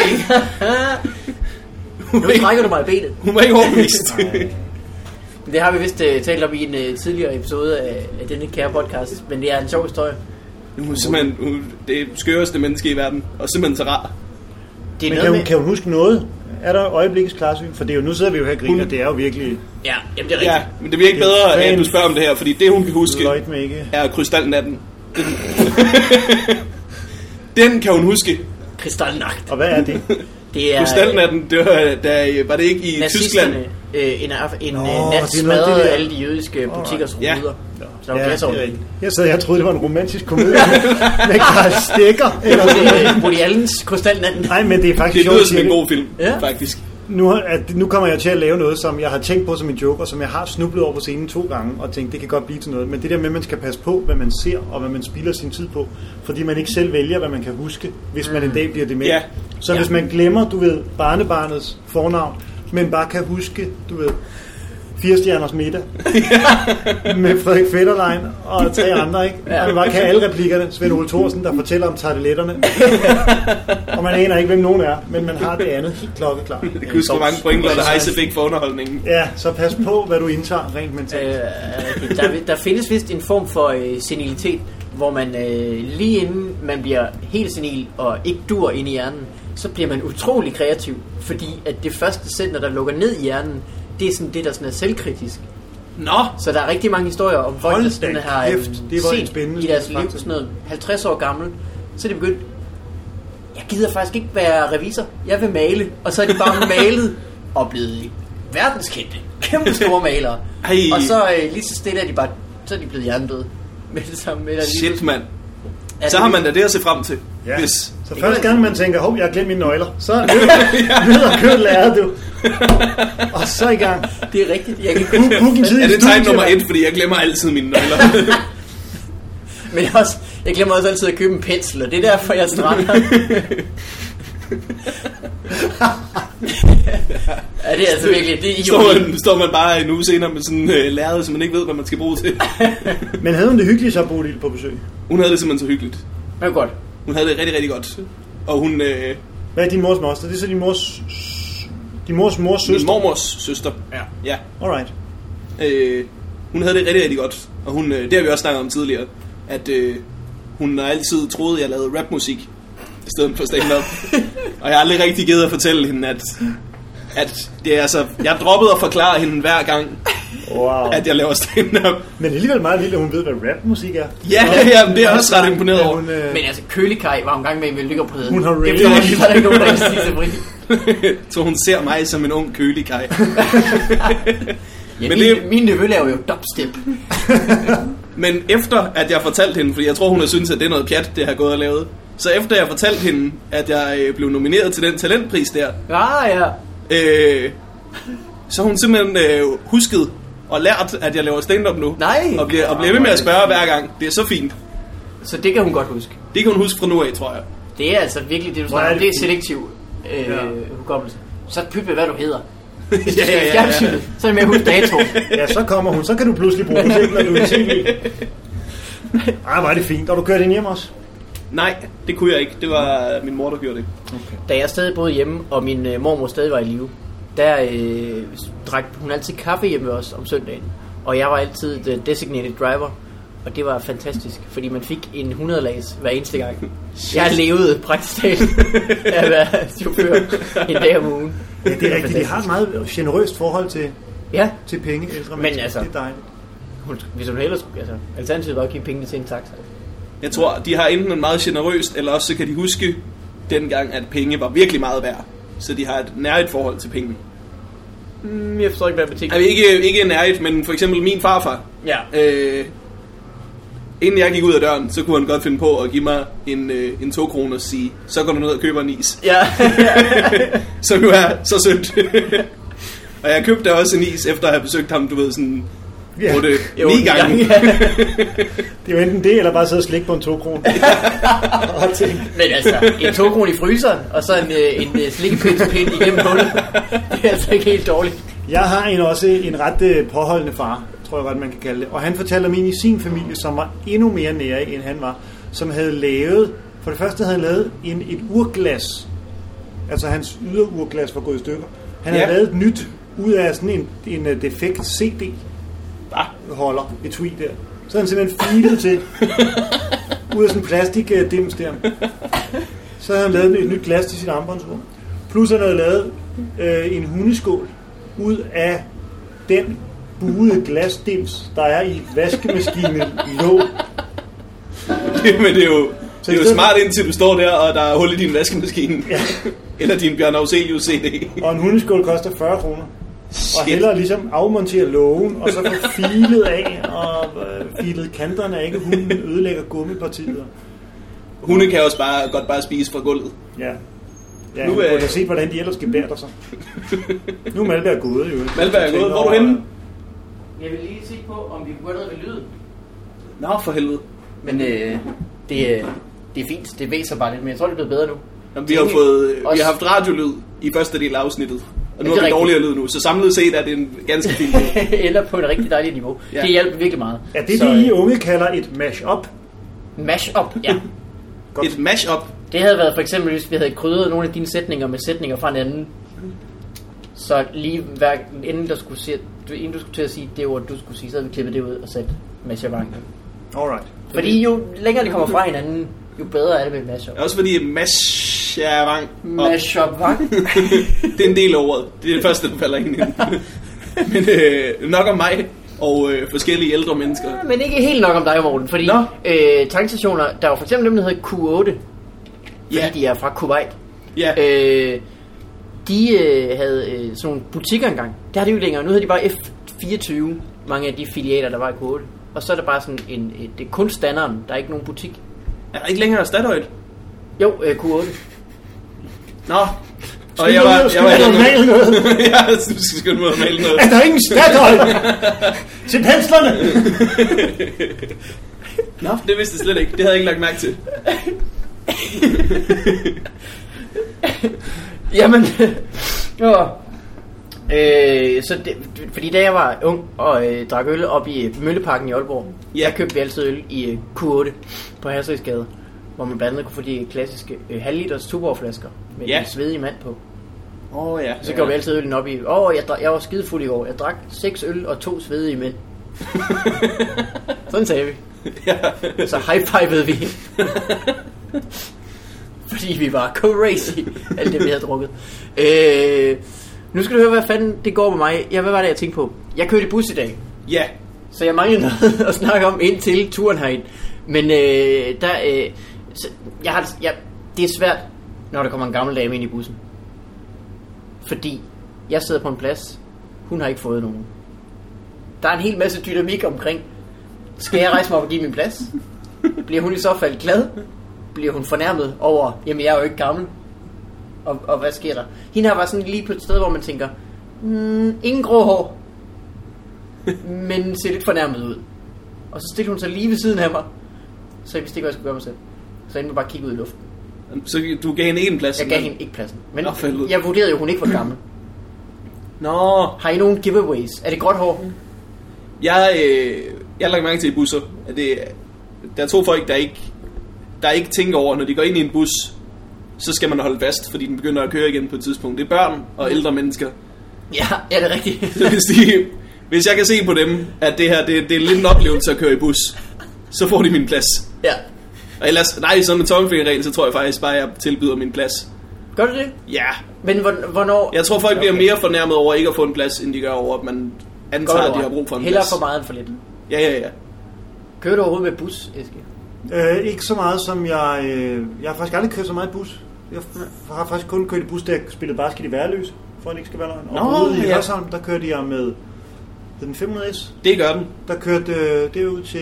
Nu trækker du mig i benet. Hun var ikke overbevist. Det har vi vist uh, talt om i en uh, tidligere episode af, af denne kære podcast, men det er en sjov historie. Hun er simpelthen hun, det skøreste menneske i verden, og simpelthen så rar. Det er men noget kan hun, med... kan hun huske noget? Er der øjeblikkets klarsyn? For det er jo, nu sidder vi jo her og griner, hun... det er jo virkelig... Ja, jamen det er rigtigt. Ja, men det bliver ikke det bedre, at du spørger om det her, fordi det hun kan huske er Krystalnatten. Den... Den kan hun huske. Krystalnacht. Og hvad er det? Det er... Krystalnatten, det var, der, var det ikke i Tyskland? Øh, en en oh, nat smadrede alle de jødiske butikkers ruder. Ja. Så ja, det er jeg sad, jeg troede, det var en romantisk komedie med Karl Stikker. Eller det Woody Allens Krystalnatten. Nej, men det er faktisk... Det lyder som en god film, ja. Faktisk. Nu, at, nu kommer jeg til at lave noget, som jeg har tænkt på som en joke, og som jeg har snublet over på scenen to gange, og tænkt, det kan godt blive til noget. Men det der med, at man skal passe på, hvad man ser, og hvad man spilder sin tid på, fordi man ikke selv vælger, hvad man kan huske, hvis man en dag bliver dement. Ja. Så ja. Hvis man glemmer, du ved, barnebarnets fornavn, men bare kan huske, du ved, fire stjerners middag med Frederik Fetterlein og tre andre, ikke? Ja. Og man bare kan alle replikkerne. Svend Ole Thorsen, der fortæller om tarteletterne. Og man aner ikke, hvem nogen er, men man har det andet helt klokkeklart. Det kan huske, hvor mange point, der Heise fik for underholdningen. Ja, så pas på, hvad du indtager rent mentalt. Øh, der, der findes vist en form for øh, senilitet, hvor man øh, lige inden man bliver helt senil og ikke dur ind i hjernen, så bliver man utrolig kreativ, fordi at det første center, der lukker ned i hjernen, det er sådan det, der sådan er selvkritisk. Nå! Så der er rigtig mange historier om folk, der sådan har kæft, det var set i deres liv, sådan noget halvtreds år gammel, så er de begyndt, jeg gider faktisk ikke være revisor, jeg vil male, og så er de bare malet og blevet verdenskendte, kæmpe store malere. Ej. Og så øh, lige så stille er de bare, så er de blevet hjernedøde. Med det samme, med shit, mand. Så har man da det at se frem til. Ja. Hvis. Så første gang man tænker, hov, jeg har glemt mine nøgler, så ned og kørt lærer du. Og så i gang. Det er rigtigt. Jeg kan er det tegn nummer et, fordi jeg glemmer altid mine nøgler. Men også, jeg glemmer også altid at købe en pensel, og det er derfor, jeg strander. Ja, det er altså virkelig, det er står man, står man bare en uge senere med sådan en øh, lærred, som man ikke ved, hvad man skal bruge til. Men havde hun det hyggeligt så, Bodil, på besøg? Hun havde det simpelthen så hyggeligt. Det var godt. Hun havde det rigtig, rigtig godt. Og hun... Øh... Hvad er din mors moster? Det er så din mors... Din mors mors søster? Min mormors søster. Ja. Ja. Alright. Øh, hun havde det rigtig, rigtig godt. Og hun, øh, det har vi også snakket om tidligere. At øh, hun har altid troet, at jeg lavede rapmusik i stedet for stand-up. Og jeg har aldrig rigtig givet at fortælle hende, at... at det er altså, jeg droppede at forklare hende hver gang, wow. At jeg laver stand-up. Men det er alligevel meget vildt, at hun ved, hvad rapmusik er. Ja, ja, men det er jeg også ret imponeret over. Hun, øh... Men altså, Kølikaj var hun gang med i Melodi på Hun har det er der ikke nogen, der kan sige til Brie. Så hun ser mig som en ung Kølikaj. Ja, men min, det... min nevø laver jo dubstep. Men efter, at jeg fortalte hende, fordi jeg tror, hun har syntes, at det er noget pjat, det har gået og lavet. Så efter jeg fortalte hende, at jeg øh, blev nomineret til den talentpris der. Ah, ja. Øh, så hun simpelthen øh, husket og lært, at jeg laver stand-up nu. Nej. Og bliver, og bliver ved med at spørge hver gang. Det er så fint. Så det kan hun godt huske. Det kan hun huske fra nu af, tror jeg. Det er altså virkelig det, du snakker om. Det er selektiv øh, ja. hukommelse. Så pyppe, hvad du hedder. ja, ja, ja, ja. Så er det med at huske dato. Ja, så kommer hun. Så kan du pludselig bruge musik, når du er i T V. Ej, hvor er det fint. Og du kørte ind hjem også? Nej, det kunne jeg ikke. Det var min mor, der gjorde det. Okay. Da jeg stadig boede hjemme, og min øh, mormor stadig var i live, der øh, drak hun altid kaffe hjemme med os om søndagen. Og jeg var altid the designated driver. Og det var fantastisk, fordi man fik en hundrede-lags hver eneste gang. Jeg levede praktisk talt af at være chauffør en dag om ugen. Ja, det er rigtigt. De har et meget generøst forhold til, ja. til penge, ældre men altså, det er dejligt. Hun, hvis hun ellers, altså, alternativet var at give pengene til en taxa. Jeg tror, de har enten en meget generøst, eller også så kan de huske dengang, at penge var virkelig meget værd. Så de har et nærigt forhold til penge. Mm, jeg forstår ikke, hvad det betyder. Altså, ikke, ikke nærigt, men for eksempel min farfar. Ja. Øh, inden jeg gik ud af døren, så kunne han godt finde på at give mig en, øh, en to kroner og sige, så går du ned og køber en is. Ja. Som jo er så sødt. Og jeg købte også en is, efter at have besøgt ham, du ved, sådan Ja. otte, Jo, ni gange. Ja. Det er jo enten det, eller bare sidde og slikke på en to kroner. Men altså, en to kroner i fryseren, og så en, øh, en slikkepindspind igennem hullet. Det er altså ikke helt dårligt. Jeg har en også en ret øh, påholdende far, tror jeg godt, man kan kalde det. Og han fortalte om en i sin familie, som var endnu mere nære, end han var. Som havde lavet, for det første havde han lavet en, et urglas. Altså hans yderurglas var gået i stykker. Han havde Ja. lavet et nyt ud af sådan en, en uh, defekt C D-holder, et tweet der. Så havde han simpelthen filet til, ud af sådan en plastikdims der. Så havde han lavet et nyt glas til sit armbåndsur. Plus han havde lavet øh, en hundeskål ud af den buede glasdims, der er i vaskemaskine-låg. Men det er jo, det er jo stedet- smart, indtil du står der, og der er hul i din vaskemaskine. Ja. Eller din Bjørn Afzelius C D. Og en hundeskål koster fyrre kroner. Og Shit. hellere ligesom afmontere lågen, og så få filet af, og øh, filet kanterne af, ikke hunden ødelægger gummipartiet. Hunde kan også bare, godt bare spise fra gulvet. Ja. Ja, Nu nu er- kan jeg se, hvordan de ellers gebærder sig. Nu er Malberg gået, jo. Malberg er gået. Hvor er du henne? Jeg vil lige se på, om vi kunne gøre noget ved lyden. Nå, for helvede. Men øh, det, øh, det er fint. Det væser bare lidt, men jeg tror, det er blevet bedre nu. Jamen, vi har Tænk- fået, vi også- har haft radiolyd i første del af afsnittet. Og nu Ja, det har er vi rigtigt. dårligere lyd nu, så samlet set er det en ganske fin lyd. Eller på et rigtig dejligt niveau. Ja. Det hjælper virkelig meget. Ja, det er Så, det, I øh, unge kalder et mash-up. Mash-up, ja. Et mash-up. Det havde været for eksempel, hvis vi havde krydret nogle af dine sætninger med sætninger fra en anden. Så lige hver, inden, der skulle se, inden du skulle til at sige det ord, du skulle sige, så havde vi klippet det ud og sat mashavang. Alright. Fordi jo længere det kommer fra hinanden, jo bedre er det med et mashup. Også fordi mashavang. Mashup, Det er en del af ordet. Det er det første, der falder ind i. Men øh, nok om mig og øh, forskellige ældre mennesker. Men ikke helt nok om dig, Morten, fordi Nå. øh, tankstationer, der var for eksempel dem, der hedder Q otte, fordi Ja. de er fra Kuwait. Ja. Øh, de øh, havde øh, sådan nogle butikker engang. Det har de jo ikke længere. Nu hedder de bare F fireogtyve, mange af de filialer, der var i Q otte. Og så er der bare sådan en, en det er kun standarden, der er ikke nogen butik. Er der ikke længere Statoil? Jo, øh, Q otte. Nå. Og jeg var... Jeg var male noget. Ja, du skal skynde mig at male noget. Er der ingen Statoil til penslerne? Nå, det vidste jeg slet ikke. Det havde jeg ikke lagt mærke til. Jamen, jo. Øh, så det, fordi da jeg var ung og øh, drak øl op i øh, Mølleparken i Aalborg, Ja. der købte vi altid øl i øh, Q otte på Hasrigsgade, hvor man blandt andet kunne få de klassiske øh, halvliters Tuborg-flasker med Ja. en svedig mand på. Åh oh, ja. Så gjorde vi altid øllen op i, åh, oh, jeg, drak- jeg var skidefuld i går, jeg drak seks øl og to svedige mænd. Sådan sagde vi. Ja. Så high-fivede vi. Fordi vi var crazy, alt det vi havde drukket. Øh, nu skal du høre, hvad fanden det går med mig. Ja, hvad var det, jeg tænkte på? Jeg kørte i bus i dag, Ja. så jeg manglede noget at snakke om indtil turen herind. Men øh, der, øh, så, jeg har, jeg, det er svært, når der kommer en gammel dame ind i bussen. Fordi jeg sidder på en plads, hun har ikke fået nogen. Der er en hel masse dynamik omkring. Skal jeg rejse mig op og give min plads? Bliver hun i så fald glad? Bliver hun fornærmet over, jamen jeg er jo ikke gammel? Og, og hvad sker der? Hende her var sådan lige på et sted, hvor man tænker, mm, ingen grå hår, men ser lidt fornærmet ud. Og så stillede hun sig lige ved siden af mig, så jeg vidste ikke, hvad jeg skulle gøre mig selv. Så jeg bare kigge ud i luften. Så du gav hende en plads? Jeg gav hende ikke pladsen. Men Nå, for helvede. jeg vurderede jo, hun ikke var gammel. Nå. Har I nogen giveaways? Er det gråt hår? Jeg, øh, jeg har lagt mærke til i busser, at det, der er to folk, der ikke, der ikke tænker over, når de går ind i en bus, så skal man holde fast, fordi den begynder at køre igen på et tidspunkt. Det er børn og ældre mennesker. Ja, ja, det er rigtigt. Så hvis, de, hvis jeg kan se på dem, at det her det, det er lidt en oplevelse at køre i bus, så får de min plads. Ja. Og ellers, nej, som en tommelfingerregel, så tror jeg faktisk bare, at jeg tilbyder min plads. Gør du det? Ja. Men hvor- hvornår... Jeg tror, folk bliver Okay. mere fornærmet over ikke at få en plads, end de gør over, at man antager, at de har brug for en Heller plads. for meget end for lidt. Ja, ja, ja. Kører du overhovedet med bus, Eske? Øh, ikke så meget som jeg... Øh, jeg har faktisk aldrig kørt så meget i bus. Jeg f- har faktisk kun kørt i bus, da jeg spillede basket i Værløs, for at det ikke skal være løgn. Og Nå, ude i ja. Hørsholm, der kørte jeg med den fem hundrede S. Det gør den. Der kørte øh, det ud til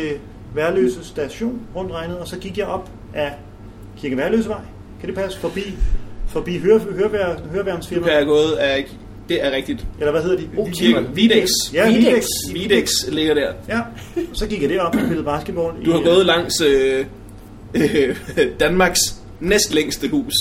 Værløse station, rundt regnet, og så gik jeg op af Kirke Værløsevej. Kan det passe? Forbi, forbi høre, hørevær, høreværnsfirma? Du kan have gået af... Det er rigtigt. Eller hvad hedder de? Oh, Kirke. Videx. Ja, Videx. Videx ligger der. Ja, og så gik jeg derop og spillede basketball. Du har i, gået langs øh, øh, Danmarks næstlængste hus.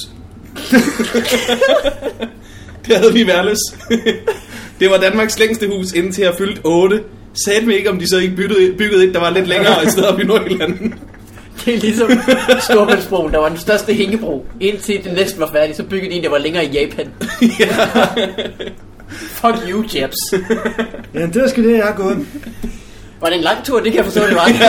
Det havde vi i Værløs. Det var Danmarks længste hus, indtil jeg fyldte otte. Sagde mig ikke, om de så ikke byggede, byggede et, der var lidt længere et sted op i Nordjylland. Det er ligesom Storebæltsbroen, der var den største hængebro. Indtil det næsten var færdigt, så byggede de en, der var længere i Japan. Ja. Fuck you, Japs. Ja, det var sgu det, jeg har gået. Var det en lang tur? Det kan jeg forstå, det var.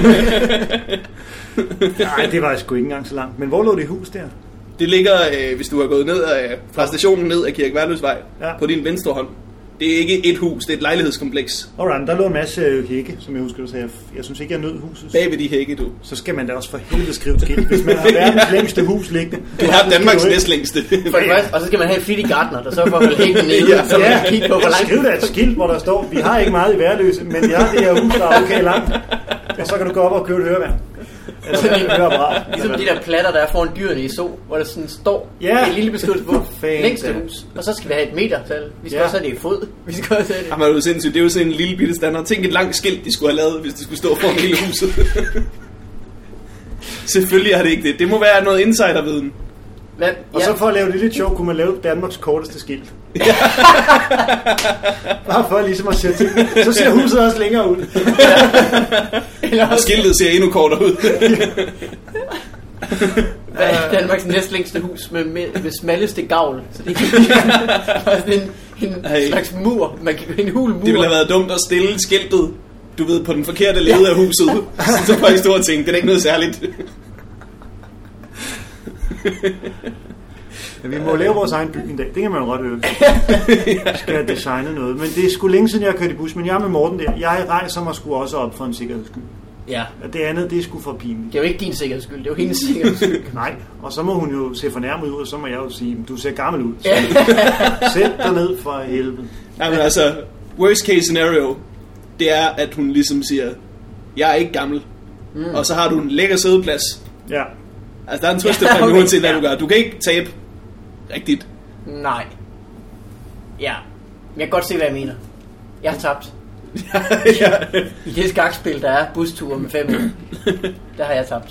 Nej, det var sgu ikke engang så langt. Men hvor lå det hus der? Det ligger, øh, hvis du har gået ned af, fra stationen ned af Kirke Værløsvej, Ja. på din venstre hånd. Det er ikke et hus, det er et lejlighedskompleks. Alright, der lå en masse øh, hække, som jeg husker, du sagde. Jeg synes ikke, jeg nød huset. Bag ved de hække, du. Så skal man da også for helvede skrive et skilt, hvis man har verdens længste hus liggende. Du har Danmarks næstlængste. For det første, og så skal man have en flittig gartner, der sørger for at holde hækken nede, Ja. så man kan kigge på, hvor langt. Skriv da et skilt, hvor der står, vi har ikke meget i Værløse, men vi har det her hus, der er okay langt. Og så kan du gå op og købe et høreværn. Eller et høreapparat. Ligesom de der platter, der er foran dyrene i zoo, hvor der sådan står Ja. en lille beskrivelse på Fanden længste da. hus. Og så skal vi have et metertal. Vi skal Ja. også have det i fod. Vi skal også have det. Jamen, det er jo sindssygt. Det er jo sådan en lille bitte standard. Tænk et langt skilt, de skulle have lavet, hvis de skulle stå foran hele huset. Selvfølgelig er det ikke det. Det må være noget insiderviden. Men, Og ja. så for at lave det lidt sjovt, kunne man lave Danmarks korteste skilt. Bare for ligesom at sætte ting. Så ser huset også længere ud. Eller Og også skiltet ser endnu kortere ud. Danmarks næstlængste hus med, med, med smalleste gavl. Så det er sådan en, en Ej. slags mur. Man kan en hul mur. Det ville have været dumt at stille skiltet, du ved, på den forkerte led af huset. Så får I store ting. Det er ikke noget særligt. Ja, vi må lave vores egen by en dag. Det kan man jo godt høre. Vi skal have designet noget. Men det er sgu længe siden, jeg har kørt i bus. Men jeg er med Morten der. Jeg rejser mig sgu også op for en sikkerheds skyld. Ja. Og det andet, det er sgu for pinligt. Det er jo ikke din sikkerheds skyld, det er jo hendes sikkerheds skyld. Nej, og så må hun jo se fornærmet ud, og så må jeg jo sige, du ser gammel ud. Ja. Sæt dig ned for helvede. Jamen altså, worst case scenario, det er, at hun ligesom siger, jeg er ikke gammel. Mm. Og så har du en lækker sædeplads. Ja. Altså, der er en twist, Ja, ja, okay. uanset hvad du gør. Du kan ikke tabe rigtigt. Nej. Ja. Men jeg kan godt se, hvad jeg mener. Jeg har tabt. Ja. I det skakspil, der er busture med fem minutter, der har jeg tabt.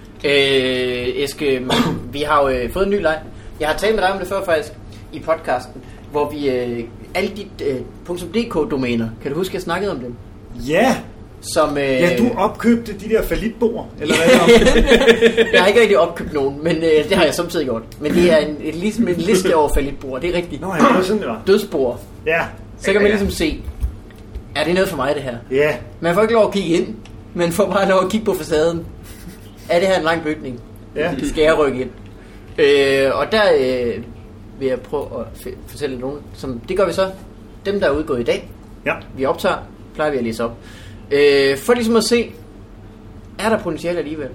Øh, Eske, vi har jo øh, fået en ny leg. Jeg har talt med dig om det før faktisk, i podcasten, hvor vi, øh, alle de øh, .dk-domæner, kan du huske, jeg snakkede om dem? Ja, Som, øh, ja, du opkøbte de der falitbord, eller hvad er det? jeg har ikke rigtig opkøbt nogen, men øh, det har jeg samtidig gjort. Men det er en, et, ligesom en liste over falitbord, det er rigtigt. Nå, ja, det var sådan, det var. Dødsbord. Ja. Så kan man ligesom se, er det noget for mig det her? Ja, Man får ikke lov at kigge ind, men får bare lov at kigge på facaden. Er det her en lang bygning? ja. Skal jeg rykke ind? Øh, og der øh, vil jeg prøve at f- fortælle nogen, som det gør vi så. Dem, der er udgået i dag, Ja, vi optager, plejer vi at læse op. Øh, for ligesom at se, er der potentiale alligevel?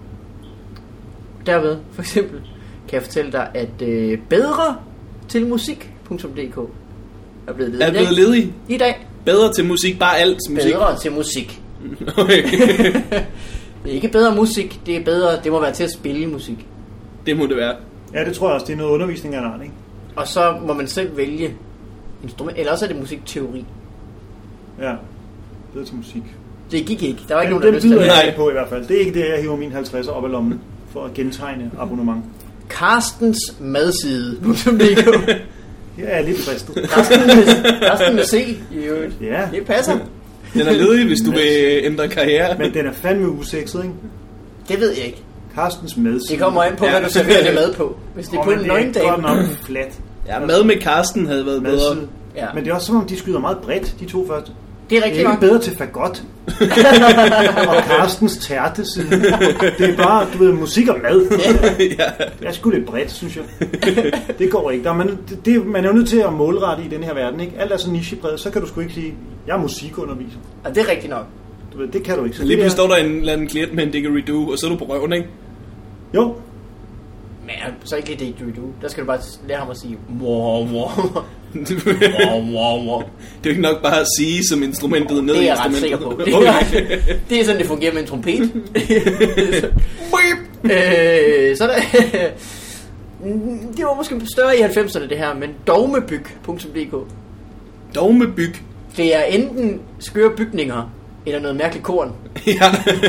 Derved, for eksempel, kan jeg fortælle dig, at øh, bedre til musik punktum d k er blevet ledet Er i dag. blevet ledig. I dag. Bedre til musik, bare alt musik. Bedre til musik. Okay. Det er ikke bedre musik, det er bedre, det må være til at spille musik. Det må det være. ja, det tror jeg også, det er noget undervisning af en art, ikke? Og så må man selv vælge instrument, eller også er det musikteori. Ja, bedre til musik. Det gik ikke, der var ikke Men nogen, der den lyst til byder det. jeg Nej. ikke på i hvert fald. Det er ikke det, jeg hiver min halvtredser op af lommen for at gentegne abonnement. Carstens madside punktum d k. Her er jeg lidt fristet. Carsten med, Carsten med C, i øvrigt. Ja, Det passer. Den er ledig, hvis du vil ændre karriere. men den er fandme usekset, ikke? Det ved jeg ikke. Carstens med. Det kommer an på, Ja. hvad du serverer det mad på. Hvis det er på en det er godt nøgendame. nok flat. Ja, mad med Karsten havde været bedre. Madside. Ja. Men det er også som om, de skyder meget bredt, de to første. Det er Det er rigtig ikke nok. bedre til fagot. Og Carstens tærteside. Det er bare, du ved, musik og mad. Det er sgu lidt bredt, synes jeg. Det går ikke. Der er man, det, det, man er jo nødt til at målrette i den her verden, ikke? Alt er så nichebredt, så kan du sgu ikke sige, jeg er musikunderviser. Og det er rigtigt nok. Du ved, det kan du ikke. Så Lige det pludselig er, står der en eller anden klient med en didgeridoo, og så er du på røven, ikke? jo, Men så ikke lige det, du du. Der skal du bare lære ham at sige, wow, wow. wow, wow, wow. Det er jo ikke nok bare at sige som instrumentet ned i Det er jeg ret sikker på. Det er, Okay. det er sådan, det fungerer med en trompet. øh, så der, det var måske større i halvfemserne det her, men dogmebyg punktum d k. Dogmebyg. Det er enten skøre bygninger, eller noget mærkeligt korn. Ja.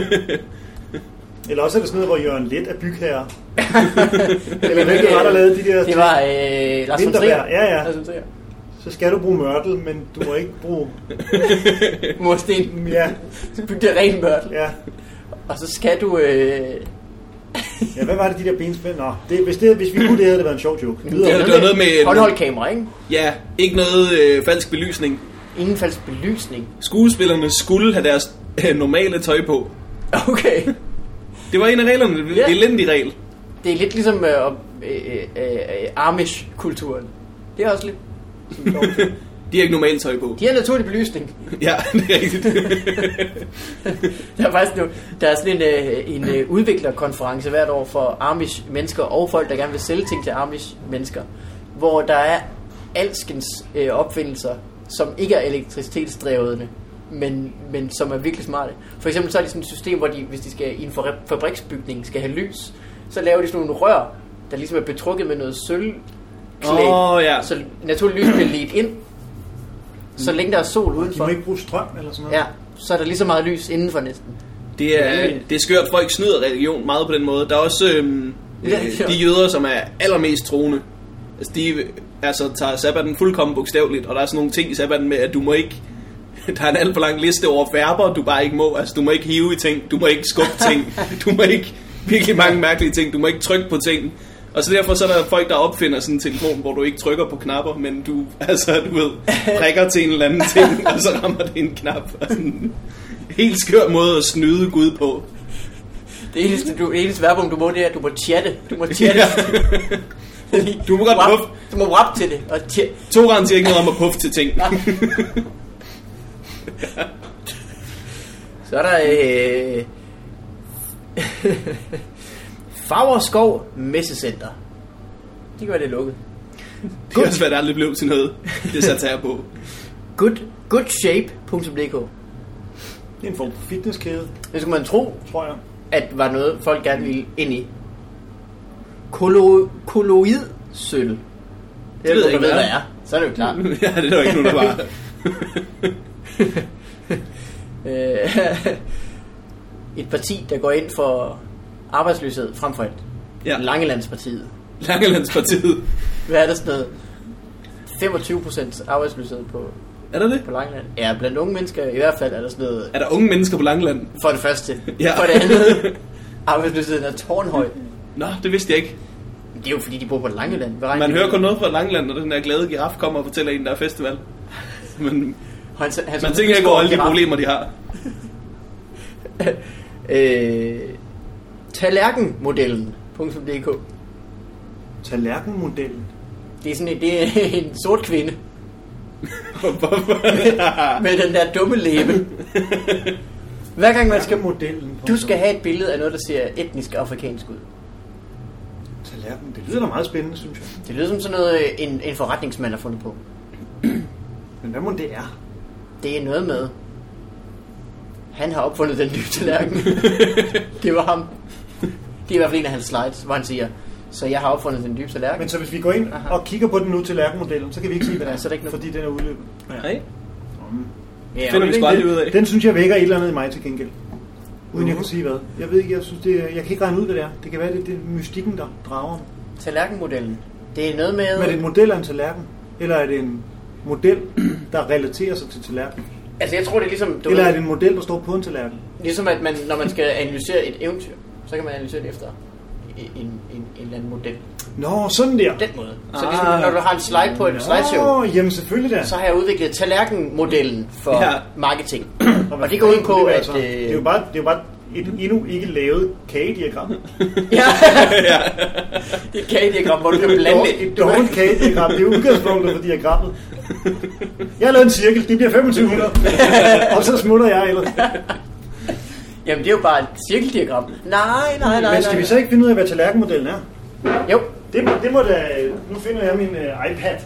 Eller også er det sådan noget, hvor Jørgen Let er bygherre. Eller Hvem var der lavede de der Det var øh, Lars von Trier. vintervejr? Ja, ja. Lars von Trier. Så skal du bruge mørtel, men du må ikke bruge... Mursten. Ja, Byg det ren mørtel. ja. Og så skal du... Øh... Ja, hvad var det, de der benspænd? Nå, det, hvis, det, hvis vi kunne det, havde det været en sjov joke. Det var, det var noget med... håndholdkamera, ikke? Ja, ikke noget øh, falsk belysning. Ingen falsk belysning. Skuespillerne skulle have deres øh, normale tøj på. Okay. Det var en af reglerne. Det Ja. er elendig regel. Det er lidt ligesom øh, øh, øh, øh, Amish-kulturen. Det er også lidt... De har ikke normalt tøj på. De har naturlig belysning. Ja, det er rigtigt. Der er faktisk nu, der er sådan en, øh, en øh, udviklerkonference hvert år for Amish-mennesker og folk, der gerne vil sælge ting til Amish-mennesker, hvor der er alskens øh, opfindelser, som ikke er elektricitetsdrevne, men, men som er virkelig smarte. For eksempel så er de sådan et system, hvor de, hvis de skal i en fabriksbygning skal have lys, så laver de sådan nogle rør, der ligesom er betrukket med noget sølvklæd, Åh, ja. så naturligt lys bliver ledt ind, så længe der er sol De udenfor. må ikke bruge strøm eller sådan noget. Ja, så er der lige så meget lys indenfor næsten. Det er, det er skørt, folk snyder religion meget på den måde. Der er også øhm, Ja, øh, ja. de jøder, som er allermest troende. Altså, de altså, tager sabbaten fuldkommen bogstaveligt, og der er sådan nogle ting i sabbaten med, at du må ikke... Der er en alt for lang liste over verber, du bare ikke må. Altså, du må ikke hive i ting, du må ikke skubbe ting, du må ikke... Virkelig mange mærkelige ting, du må ikke trykke på ting. Og så derfor så er der folk, der opfinder sådan en telefon, hvor du ikke trykker på knapper, men du, altså, du ved, prikker til en eller anden ting, og så rammer det en knap. Og sådan en helt skør måde at snyde Gud på. Det eneste, du, eneste verbum, du må, det er, at du må chatte. Du må chatte. Ja. Du må godt Rap, puffe. Du må rap til det. Og chatte. Toran siger ikke noget om at puffe til ting. Så er der... Øh... Favrskov Messecenter. Det kan være, det er lukket. Det kan også være, det aldrig blev til noget. Det satte jeg på. Good, goodshape punktum d k. Det er en form for fitnesskæde, Det skulle man tro, tror jeg. at var noget, folk gerne ville ind i. Kolo, koloid sølv. Det, Det er ved jo, jeg der ikke, ved, hvad hvad er. Så er det jo klart. Ja, det er der ikke nogen, der var. Øh, Et parti, der går ind for arbejdsløshed frem for alt. Ja. Langelandspartiet. Langelandspartiet. Hvad er der sådan noget? femogtyve procent arbejdsløshed på, Er der det? på Langeland. Ja, blandt unge mennesker i hvert fald er der sådan noget. Er der unge mennesker på Langeland? For det første. Ja. For det andet. Arbejdsløsheden er tårnhøj. Nå, det vidste jeg ikke. Det er jo fordi, de bor på Langeland. Hvad regner Man de hører med? kun noget fra Langeland, når den der glade giraf kommer og fortæller en, der er festival. Men Han, han, man tænker ikke over alle de problemer, de har. øh, Tallerkenmodellen punktum d k. Tallerkenmodellen. Det er sådan en, det er en sort kvinde Hvorfor? med den der dumme læbe. Hver gang man skal, Tallerkenmodellen. du skal have et billede af noget, der ser etnisk afrikansk ud. Tallerken, det lyder da meget spændende, synes jeg. Det lyder som sådan noget, en, en forretningsmand har fundet på. Men hvad må det er? Det er noget med, han har opfundet den nye tallerken. Det var ham. Det er i hvert fald en af hans slides, hvor han siger, så jeg har opfundet den nye tallerken. Men så hvis vi går ind Aha. og kigger på den nu tallerkenmodellen, så kan vi ikke sige, hvad det er, Ja, så er der ikke noget. fordi den er udløbet. Nej, Ja, finder vi sgu aldrig ud af. Den synes jeg vækker et eller andet i mig til gengæld. Uden jeg kan sige hvad. Jeg ved ikke, jeg synes det er, jeg kan ikke regne ud, hvad det er. Det kan være, det, det er mystikken, der drager mig. tallerkenmodellen. Det er noget med... Men er det en model af en tallerken? Eller er det en model, der relaterer sig til tallerken? Altså, jeg tror, det er ligesom... Du Eller ved, er det en model, der står på en tallerken? Ligesom at man, når man skal analysere et eventyr, så kan man analysere det efter en, en, en, en eller anden model. Nå, sådan der. På den måde. Så Ah. ligesom når du har en slide på et slideshow, Nå, jamen selvfølgelig da. så har jeg udviklet tallerkenmodellen for Ja. marketing. Og Og det går ud på, det at... altså? Det er jo bare, det er jo bare et endnu ikke lavet kagediagram. Ja, det er et kagediagram, hvor du kan blande det. Et dårligt kagediagram, det er udgangspunktet for diagrammet. Jeg har lavet en cirkel, det bliver femogtyve hundrede. Og så smutter jeg ellers. Jamen, det er jo bare et cirkeldiagram. Nej, nej, nej, Men skal nej. vi så ikke finde ud af, hvad tallerkenmodellen er? Jo, Det, det må da... Nu finder jeg min uh, iPad.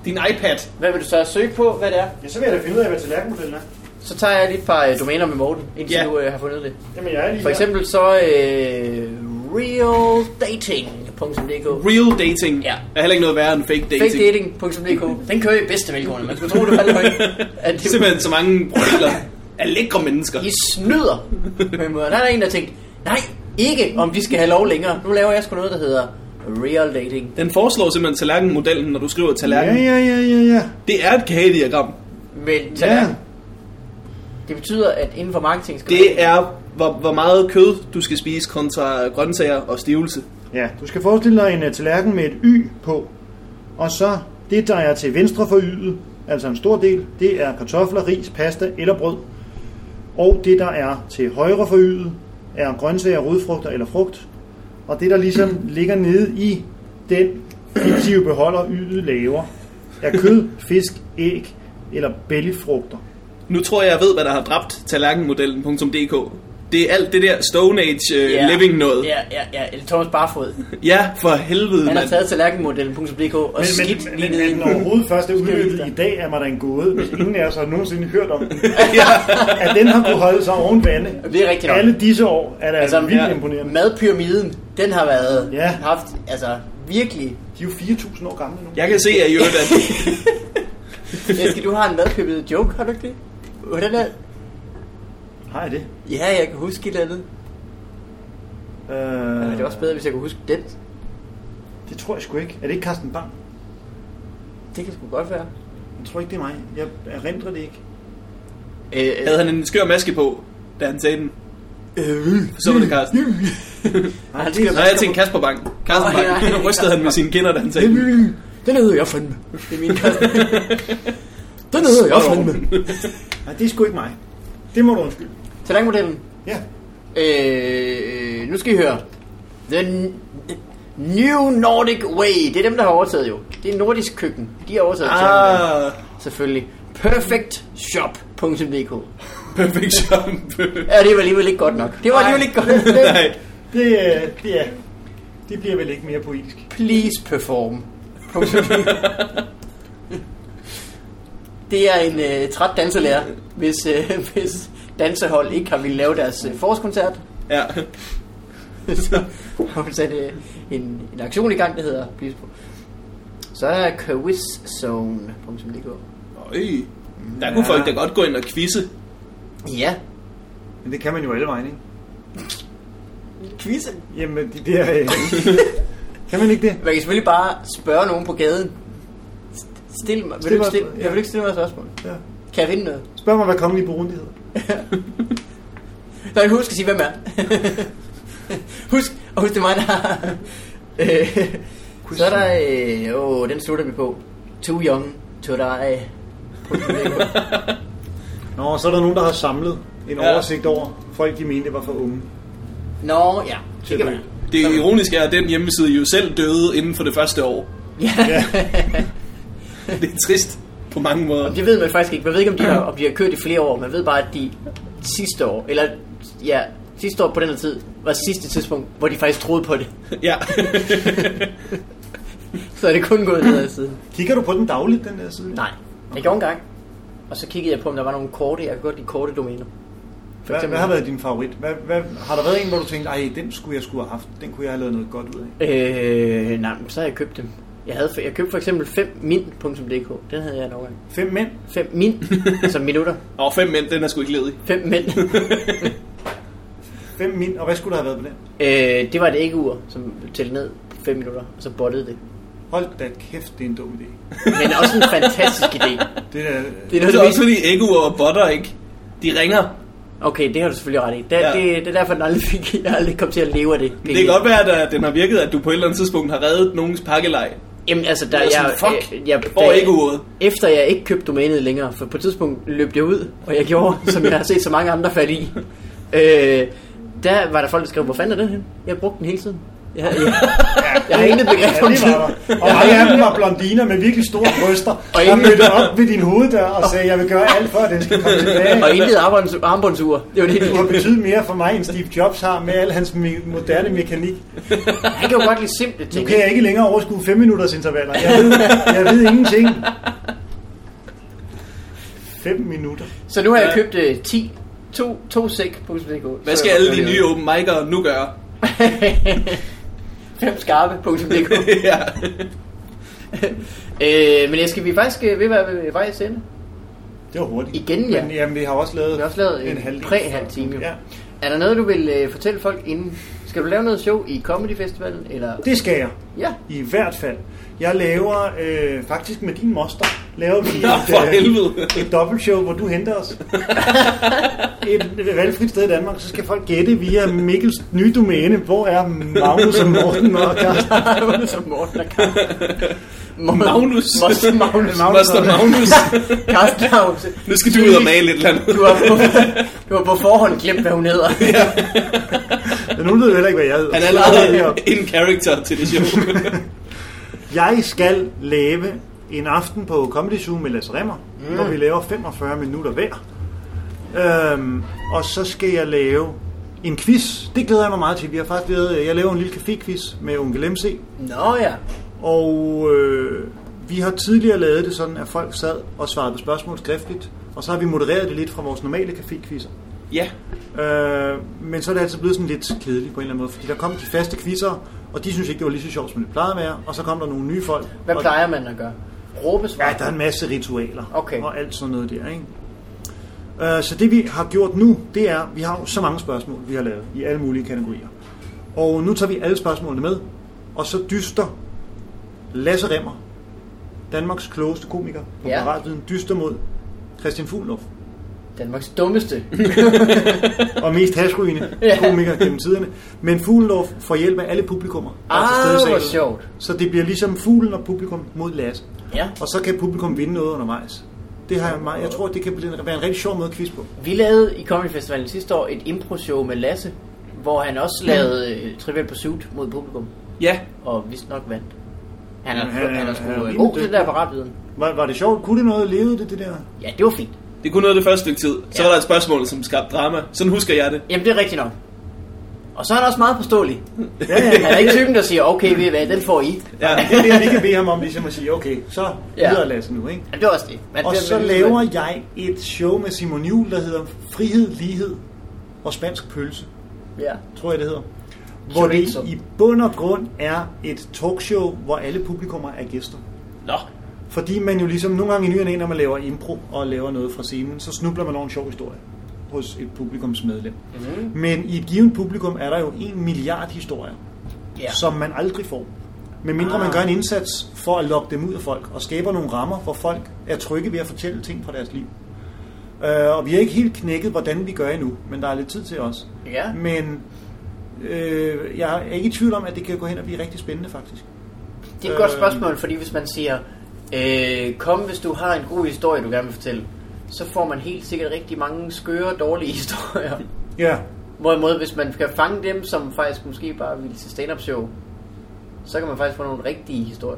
Din iPad. Hvad vil du så søge på, hvad det er? Ja, så vil jeg da finde ud af, hvad tallerkenmodellen er. Så tager jeg lige et par øh, domæner med Morten, indtil Ja. du øh, har fundet det. Jamen, jeg er lige For eksempel så øh, real dating punktum d k. Real dating. Ja. Der er heller ikke noget værre end fake dating. fake dating punktum d k. Den kører i bedste velgående. Man skulle tro, det faldt højt. At det, Simpelthen så mange profiler af lækre mennesker. I snyder med måden. Der er der en, der tænkt, nej, ikke om de skal have lov længere. Nu laver jeg sgu noget, der hedder real dating. Den foreslår simpelthen tallerkenmodellen, når du skriver tallerken. Ja, ja, ja, ja, ja. Det er et kagediagram. Men tallerken. Ja. Det betyder, at inden for marketing skal Det er, hvor, hvor meget kød du skal spise kontra grøntsager og stivelse. Ja, du skal forestille dig en uh, tallerken med et Y på, og så det, der er til venstre for Y'et, altså en stor del, det er kartofler, ris, pasta eller brød. Og det, der er til højre for Y'et, er grøntsager, rodfrugter eller frugt. Og det, der ligesom ligger nede i den fiktive beholder Y'et laver, er kød, fisk, æg eller bælgfrugter. Nu tror jeg, jeg ved, hvad der har dræbt tallerkenmodellen punktum d k. Det er alt det der Stone Age uh, Ja. living noget. Ja, ja, ja. Eller Thomas Barfod. Ja, for helvede, Han har mand. taget tallerkenmodellen punktum d k og Men, skidt men, lige men, ned i men den overhovedet først er udviklet der. i dag, er mig der en gåde, hvis ingen af os har nogensinde hørt om den. At den har kunne holde sig oven vande. Det er rigtigt nok. Alle disse år er det altså, Altså, vildt ja, imponerende. madpyramiden, den har været Ja. haft, altså virkelig. De er jo fire tusind år gamle nu. Jeg kan se, at I øvrigt, at Eske, du har en madpyramide joke, har du ikke det? Hvordan er Har jeg det? Ja, jeg kan huske et eller andet. Øh, Men det er også bedre, hvis jeg kunne huske den. Det tror jeg sgu ikke. Er det ikke Carsten Bang? Det kan sgu godt være. Jeg tror ikke, det er mig. Jeg erindrer det ikke. Øh, havde han en skør maske på, da han sagde den. Så var det Carsten. Nej, det Nej, jeg tænkte Kasper Bang. Carsten Åh, ja. Bang. Nu rystede han med sine kinder, da han sagde den. Den hedder jeg fandme. Det er min Carsten. Den hedder jeg fandme. Nej, det er sgu ikke mig. Det må du undskylde. Tallerkenmodellen. Ja. Øh, nu skal I høre. The New Nordic Way. Det er dem, der har overtaget jo. Det er nordisk køkken. De har overtaget Ah, selvfølgelig. Perfect Shop punktum d k. perfekt shop. Ja, det var alligevel ikke godt nok. Det var alligevel ikke godt nok. Nej. Det, øh, det er... Det bliver vel ikke mere poetisk. Please perform. Det er en øh, træt danselærer, hvis, øh, hvis dansehold ikke har ville lave deres øh, forårskoncert. Ja. Så har hun sat øh, en, en aktion i gang, der hedder Please perform. Så er der quizzone punktum d k. Øj. Der kunne folk da godt gå ind og quizze. Ja, Men det kan man jo alle vejen, ikke? quizze. Jamen, de der... Øh, kan man ikke det? Man kan selvfølgelig bare spørge nogen på gaden. Stil mig. Vil, Stil du, ikke mig- stille, ja. ja. vil du ikke stille mig et spørgsmål? Ja. Kan jeg finde noget? Spørg mig, hvad kongelig Burundi hedder. Nej, husk at sige, hvem er. husk, og husk det er mig, der har... Øh, så er der... Øh, åh, den slutter vi på. Too young to die. Nå, så er der nogen, der har samlet en Ja. oversigt over folk, de mente, var for unge. Nå, ja. Det kan være. Det ironiske er, at den hjemmeside jo selv døde inden for det første år. Ja. Ja. Det er trist på mange måder. Det ved man faktisk ikke. Man ved ikke, om de har, om de har kørt i flere år. Man ved bare, at de sidste år, eller ja, sidste år på den her tid, var sidste tidspunkt, hvor de faktisk troede på det. Ja. Så er det kun gået ned ad siden. Kigger du på den dagligt, den der side? Nej, jeg gjorde en gang. Og så kiggede jeg på, om der var nogle korte. Jeg kan godt lide korte domæner. For Hvad, hvad har været din favorit? Hvad, hvad, har der været en, hvor du tænkte, ej, den skulle jeg skulle have haft. Den kunne jeg have lavet noget godt ud af. Øh, nej, men så har jeg købt dem. Jeg, havde, jeg købte for eksempel fem min punktum d k. Den havde jeg nogle gange. Fem mænd? fem min, altså minutter. Og fem mænd, den er sgu ikke ledig. fem mænd. Fem min, og hvad skulle der have været på den? øh, det var et æggeur, som tælte ned på fem minutter, og så bottede det. Hold da kæft, det er en dum idé. Men også en fantastisk idé. Det er, Det er Det noget, er der også fordi æggeure og botter, ikke? De ringer. Okay, det har du selvfølgelig ret i. Det, Ja. ja. det, det er derfor, den aldrig fik, jeg aldrig kom til at leve af det. Det kan godt være, at den har virket, at du på et eller andet tidspunkt har reddet nogens pakkelej. Jamen altså, der, Det er jeg, sådan, fuck, jeg, jeg, hvor er æggeuret? efter jeg ikke købte domænet længere, for på et tidspunkt løb det ud, og jeg gjorde, som jeg har set så mange andre falde i. Øh, der var der folk, der skrev, hvor fanden er den hen? Jeg brugte den hele tiden. Jeg, jeg, Jeg har intet begreb Ja, om det tid. var der. Og mange af dem var blondiner med virkelig store bryster, Og der ingen- mødte op ved din hoveddør og sagde, jeg vil gøre alt for, at den skal komme tilbage. Og intet armbånds- armbåndsur. Det var det. Du har betydet mere for mig, end Steve Jobs har med al hans me- moderne mekanik. Han kan jo godt lide simple Nu ting. kan jeg ikke længere overskue fem minutters intervaller. Jeg ved, jeg ved ingenting. Fem minutter. Så nu har jeg købt uh, ti, to, to sæk punktum d k. Hvad skal alle de nye open mic'ere nu gøre? Fem skarpe punktum d k. Ja. øh, men jeg skal vi faktisk øh, ved at være ved vejs ende. Det var hurtigt. Igen, ja. Men jamen, vi har også lavet, Vi har også lavet en, halv en præ-halv time. Ja. Er der noget, du vil øh, fortælle folk inden? Skal du lave noget show i Comedy Festivalen? Eller? Det skal jeg. Ja. I hvert fald. Jeg laver, øh, faktisk med din moster, laver vi Nå, et, for helvede. et dobbeltshow, hvor du henter os. Et valgfrit sted i Danmark, så skal folk gætte via Mikkels nye domæne, hvor er Magnus og Morten og Carsten. Magnus og Morten og Carsten. Magnus. Moster Magnus. Moster Magnus. Carsten Magnus. Nu skal du ud og male et eller andet. Du har på, du har på forhånd glemt, hvad hun hedder. Men nu ved jeg heller ikke, hvad jeg hedder. Han er allerede in character til det show. Jeg skal lave en aften på Comedy Zoo med Lasse Rimmer, mm. hvor vi laver femogfyrre minutter hver. Øhm, og så skal jeg lave en quiz. Det glæder jeg mig meget til. Vi har faktisk lavet, jeg laver en lille café-quiz med Onkel M C. Nå ja. Og øh, vi har tidligere lavet det sådan, at folk sad og svarede på spørgsmål skriftligt. Og så har vi modereret det lidt fra vores normale café-quizzer. Ja. Øh, men så er det altså blevet sådan lidt kedeligt på en eller anden måde, fordi der kom de faste quizzer, og de synes ikke, det var lige så sjovt, som det plejede at være. Og så kom der nogle nye folk. Hvad og plejer man at gøre? Råbe svar? Ja, der er en masse ritualer Okay. og alt sådan noget der, ikke? Uh, så det vi har gjort nu, det er, vi har jo så mange spørgsmål, vi har lavet i alle mulige kategorier. Og nu tager vi alle spørgsmålene med, og så dyster Lasse Rimmer, Danmarks klogeste komiker på Ja. Paratviden, dyster mod Christian Fuglendorf, Danmarks dummeste. og mest hashrygende Ja. komiker gennem tiderne. Men Fuglendorf får hjælp af alle publikummer, der er til Ah, stede i hvor salen. sjovt. Så det bliver ligesom fuglen og publikum mod Lasse. Ja. Og så kan publikum vinde noget undervejs. Det har jeg, meget, jeg tror, det kan blive en, være en rigtig sjov måde at quiz på. Vi lavede i Comedy Festivalen sidste år et impro-show med Lasse, hvor han også lavede uh, Trivial Pursuit mod publikum, Ja. og vist nok vandt. Han er, Han er- han er, han er sgu rimelig god til dygtig. det der paratviden. Var, var det sjovt? Kunne det noget? Levede det, det der? Ja, det var fint. Det kunne noget det første stykke tid. Så Ja. var der et spørgsmål, som skabte drama. Sådan husker jeg det. Jamen, det er rigtigt nok. Og så er han også meget påståelig. Ja, ja, Han er ikke typen, der siger, okay, ved I hvad, den får I. Ja. Det er det, jeg lige kan bede ham om, ligesom at sige, okay, så Ja. videre Lasse nu, ikke? Ja, det er også det. Men Og det, så men- laver jeg et show med Simon Juhl, der hedder Frihed, Lighed og Spansk Pølse, Ja. tror jeg det hedder. Hvor det Chorizo. i bund og grund er et talkshow, hvor alle publikummer er gæster. Nå. Fordi man jo ligesom nogle gange i ny og næ, når man laver impro og laver noget fra scenen, så snubler man over en sjov historie hos et publikumsmedlem. Mm-hmm. Men i et givet publikum er der jo en milliard historier, Ja. som man aldrig får. Men mindre ah. man gør en indsats for at lokke dem ud af folk og skaber nogle rammer, hvor folk er trygge ved at fortælle ting fra deres liv. Uh, og vi har ikke helt knækket, hvordan vi gør endnu, men der er lidt tid til os. Ja. Men øh, jeg er ikke i tvivl om, at det kan gå hen og blive rigtig spændende faktisk. Det er et godt Øh. spørgsmål, fordi hvis man siger, øh, kom hvis du har en god historie, du gerne vil fortælle, så får man helt sikkert rigtig mange skøre, dårlige historier. Ja. Hvorimod, hvis man kan fange dem, som faktisk måske bare vil til stand-up show, så kan man faktisk få nogle rigtige historier.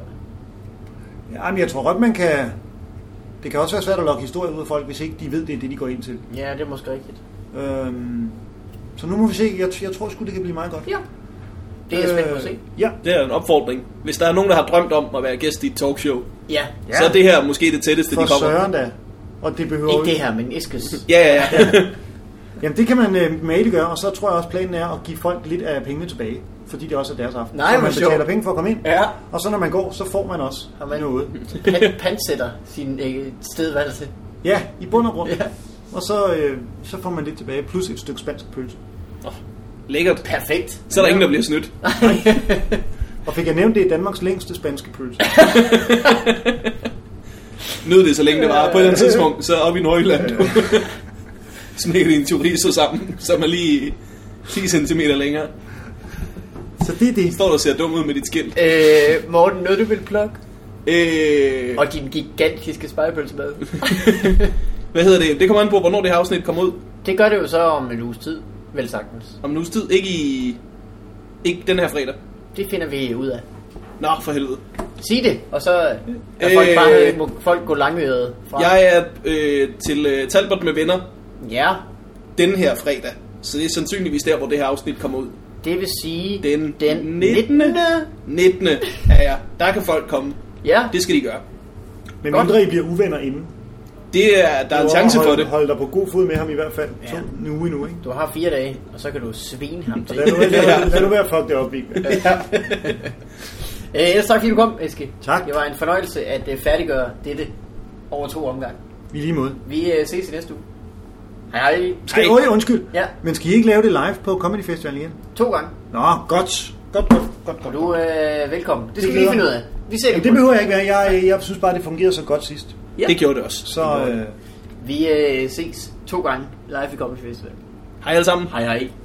Ja, men jeg tror godt, man kan... Det kan også være svært at lokke historier ud af folk, hvis ikke de ved, det er det, de går ind til. Ja, det er måske rigtigt. Øhm, så nu må vi se. Jeg, jeg tror sgu, det kan blive meget godt. Ja. Det er jeg spændt på at se. Ja. Det er en opfordring. Hvis der er nogen, der har drømt om at være gæst i et talkshow, Ja. ja. så er det her måske det tætteste, For de kommer. søren da. Og det behøver... Ikke det her, men Eskes. Ja, ja, ja. Jamen, det kan man øh, mail gøre, og så tror jeg også, planen er at give folk lidt af pengene tilbage. Fordi det også er deres aften. Nej, så hvor man betaler sjovt. penge for at komme ind. Ja. Og så når man går, så får man også Har man noget. pan- pansætter sin øh, stedvalgelse. Ja, i bund og grund. Ja. Og så, øh, så får man lidt tilbage, plus et stykke spansk pølse. Lækkert. Perfekt. Så er der ingen, der bliver snydt. Og fik jeg nævnt, det er Danmarks længste spanske pølse. Nyd det, så længe det var. På et eller andet tidspunkt, så op i Nordjylland. Smækker din chorizo sammen, som er lige ti centimeter længere. Så det er det. Står der og ser dum ud med dit skilt. Øh, Morten, noget du vil plukke? Øh, Og din gigantiske spejepølse med. hvad hedder det? Det kommer an på, hvornår det her afsnit kommer ud. Det gør det jo så om en uges tid, vel sagtens. Om en uges tid. Ikke i... Ikke den her fredag. Det finder vi ud af. Nå, for helvede. Sig det, og så er folk Øh, bare, må folk gå langøret fra. Jeg er øh, til øh, Talbot med venner Ja, den her fredag. Så det er sandsynligvis der, hvor det her afsnit kommer ud. det vil sige Den, den nittende nittende er jeg. Der kan folk komme. Ja, Det skal de gøre. Men Godt. mindre I bliver uvenner inden. Det er, der er en chance for det. Hold dig på god fod med ham i hvert fald. Ja. Så en uge endnu, ikke? du har fire dage, og så kan du svine ham til. Lad nu, lad, lad nu være fuck det op, Viggo. Øh, ellers tak fordi du kom, Eske. Tak. Det var en fornøjelse at uh, færdiggøre dette over to omgange. I lige måde. Vi uh, ses i næste uge. Hej hej. Skal, øj, undskyld. Ja. Men skal I ikke lave det live på Comedy Festival igen? To gange. Nå, godt. Godt, godt, godt, godt. Du er uh, velkommen. Det skal Det vi lige glæder finde ud af. Vi ser Jamen, det behøver jeg ikke være. Jeg, jeg synes bare, det fungerede så godt sidst. Ja. Det gjorde det også. Så øh, Vi uh, ses to gange live i Comedy Festival. Hej alle sammen. Hej hej.